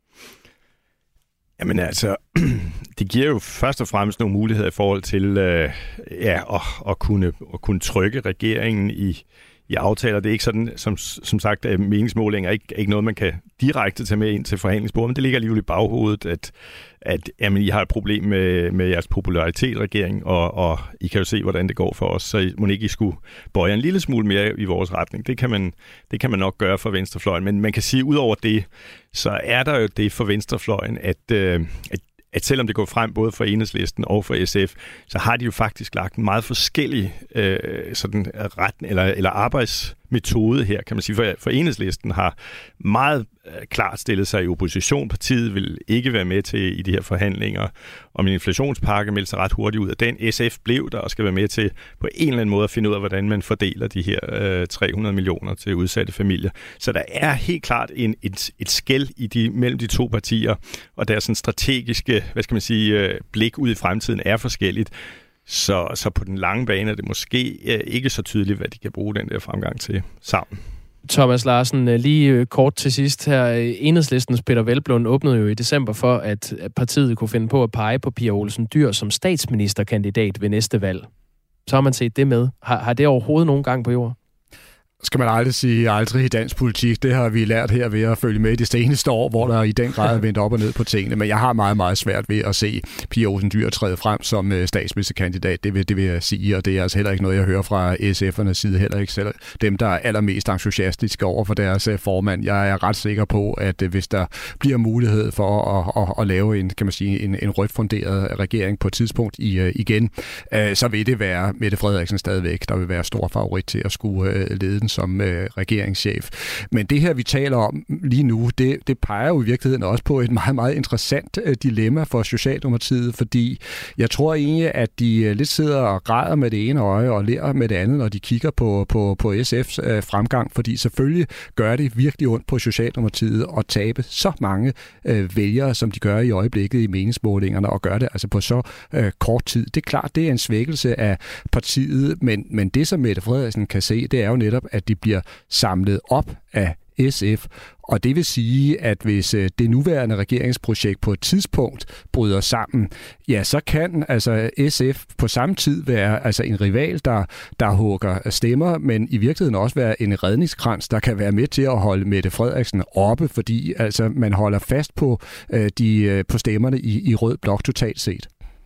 Jamen altså, det giver jo først og fremmest nogle muligheder i forhold til øh, ja, at, at, kunne, at kunne trykke regeringen i, i aftaler. Det er ikke sådan, som, som sagt, at meningsmålinger er ikke, ikke noget, man kan direkte tage med ind til forhandlingsbordet, men det ligger alligevel i baghovedet, at, at jamen, I har et problem med, med jeres popularitet, regering, og, og I kan jo se, hvordan det går for os, så I, må ikke I skulle bøje en lille smule mere i vores retning. Det kan man, det kan man nok gøre for venstrefløjen, men man kan sige, ud over det, så er der jo det for venstrefløjen, at, øh, at at selvom det går frem både for Enhedslisten og for S F, så har de jo faktisk lagt en meget forskellig øh, sådan retten eller, eller arbejdsmetode her, kan man sige. For, for Enhedslisten har meget øh, klart stillet sig i opposition. Partiet vil ikke være med til i de her forhandlinger om en inflationspakke, meldte sig ret hurtigt ud af den. S F blev der og skal være med til på en eller anden måde at finde ud af, hvordan man fordeler de her øh, tre hundrede millioner til udsatte familier. Så der er helt klart en, et, et skel i de, mellem de to partier, og deres sådan strategiske, hvad skal man sige, øh, blik ud i fremtiden er forskelligt. Så, så på den lange bane er det måske øh, ikke så tydeligt, hvad de kan bruge den der fremgang til sammen. Thomas Larsen, lige kort til sidst her. Enhedslistens Peter Hvelplund åbnede jo i december for, at partiet kunne finde på at pege på Pia Olsen Dyhr som statsministerkandidat ved næste valg. Så har man set det med. Har, har det overhovedet nogen gang på jord? Skal man aldrig sige aldrig i dansk politik. Det har vi lært her ved at følge med i de seneste år, hvor der i den grad er vendt op og ned på tingene. Men jeg har meget, meget svært ved at se Pia Olsen Dyhr træde frem som statsministerkandidat. Det vil, det vil jeg sige, og det er altså heller ikke noget, jeg hører fra S F'ernes side. Heller ikke selv dem, der er allermest entusiastiske over for deres formand. Jeg er ret sikker på, at hvis der bliver mulighed for at, at, at lave en, kan man sige, en, en rødt funderet regering på et tidspunkt i, igen, så vil det være Mette Frederiksen stadigvæk, der vil være stor favorit til at skulle lede den som øh, regeringschef. Men det her, vi taler om lige nu, det, det peger jo i virkeligheden også på et meget, meget interessant øh, dilemma for Socialdemokratiet, fordi jeg tror egentlig, at de øh, lidt sidder og græder med det ene øje og lærer med det andet, når de kigger på, på, på S F's øh, fremgang, fordi selvfølgelig gør det virkelig ondt på Socialdemokratiet at tabe så mange øh, vælgere, som de gør i øjeblikket i meningsmålingerne, og gør det altså på så øh, kort tid. Det er klart, det er en svækkelse af partiet, men, men det, som Mette Frederiksen kan se, det er jo netop, at de bliver samlet op af S F, og det vil sige, at hvis det nuværende regeringsprojekt på et tidspunkt bryder sammen, ja, så kan altså S F på samme tid være altså en rival, der, der hugger stemmer, men i virkeligheden også være en redningskrans, der kan være med til at holde Mette Frederiksen oppe, fordi altså man holder fast på, øh, de, på stemmerne i, i rød blok totalt set.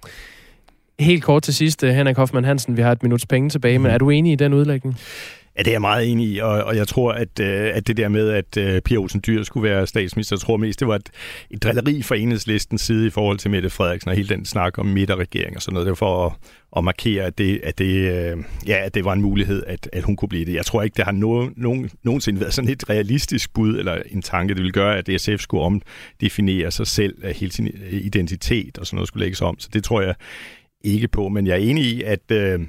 Helt kort til sidst, Henrik Hoffmann Hansen, vi har et minuts penge tilbage, men er du enig i den udlægning? Ja, det er jeg meget enig i, og, og jeg tror, at, at det der med, at Pia Olsen Dyhr skulle være statsminister, jeg tror mest, det var et, et drilleri fra Enhedslistens side i forhold til Mette Frederiksen og hele den snak om midterregering og sådan noget. Det var for at, at markere, at det, at, det, ja, at det var en mulighed, at, at hun kunne blive det. Jeg tror ikke, det har no, nogen, nogensinde været sådan et realistisk bud eller en tanke, det ville gøre, at S F skulle omdefinere sig selv, at hele sin identitet og sådan noget skulle lægges om. Så det tror jeg ikke på, men jeg er enig i, at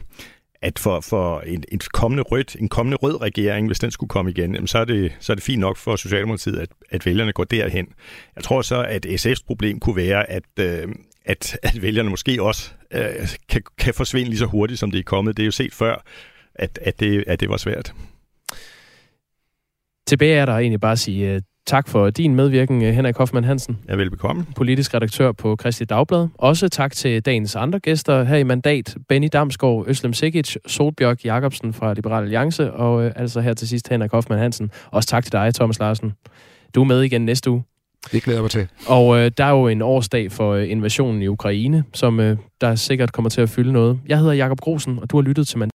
at for, for en, en, kommende rød, en kommende rød regering, hvis den skulle komme igen, jamen så, er det, så er det fint nok for Socialdemokratiet, at, at vælgerne går derhen. Jeg tror så, at S F's problem kunne være, at, øh, at, at vælgerne måske også øh, kan, kan forsvinde lige så hurtigt, som det er kommet. Det er jo set før, at, at, det, at det var svært. Tilbage er der egentlig bare at sige uh, tak for din medvirken, Henrik Hoffmann Hansen. Ja, velbekomme. Politisk redaktør på Kristi Dagblad. Også tak til dagens andre gæster her i Mandat. Benny Damsgaard, Özlem Cekic, Sólbjørg Jakobsen fra Liberal Alliance, og uh, altså her til sidst Henrik Hoffmann Hansen. Også tak til dig, Thomas Larsen. Du er med igen næste uge. Det glæder mig til. Og øh, der er jo en årsdag for øh, invasionen i Ukraine, som øh, der sikkert kommer til at fylde noget. Jeg hedder Jakob Grosen, og du har lyttet til Mandat.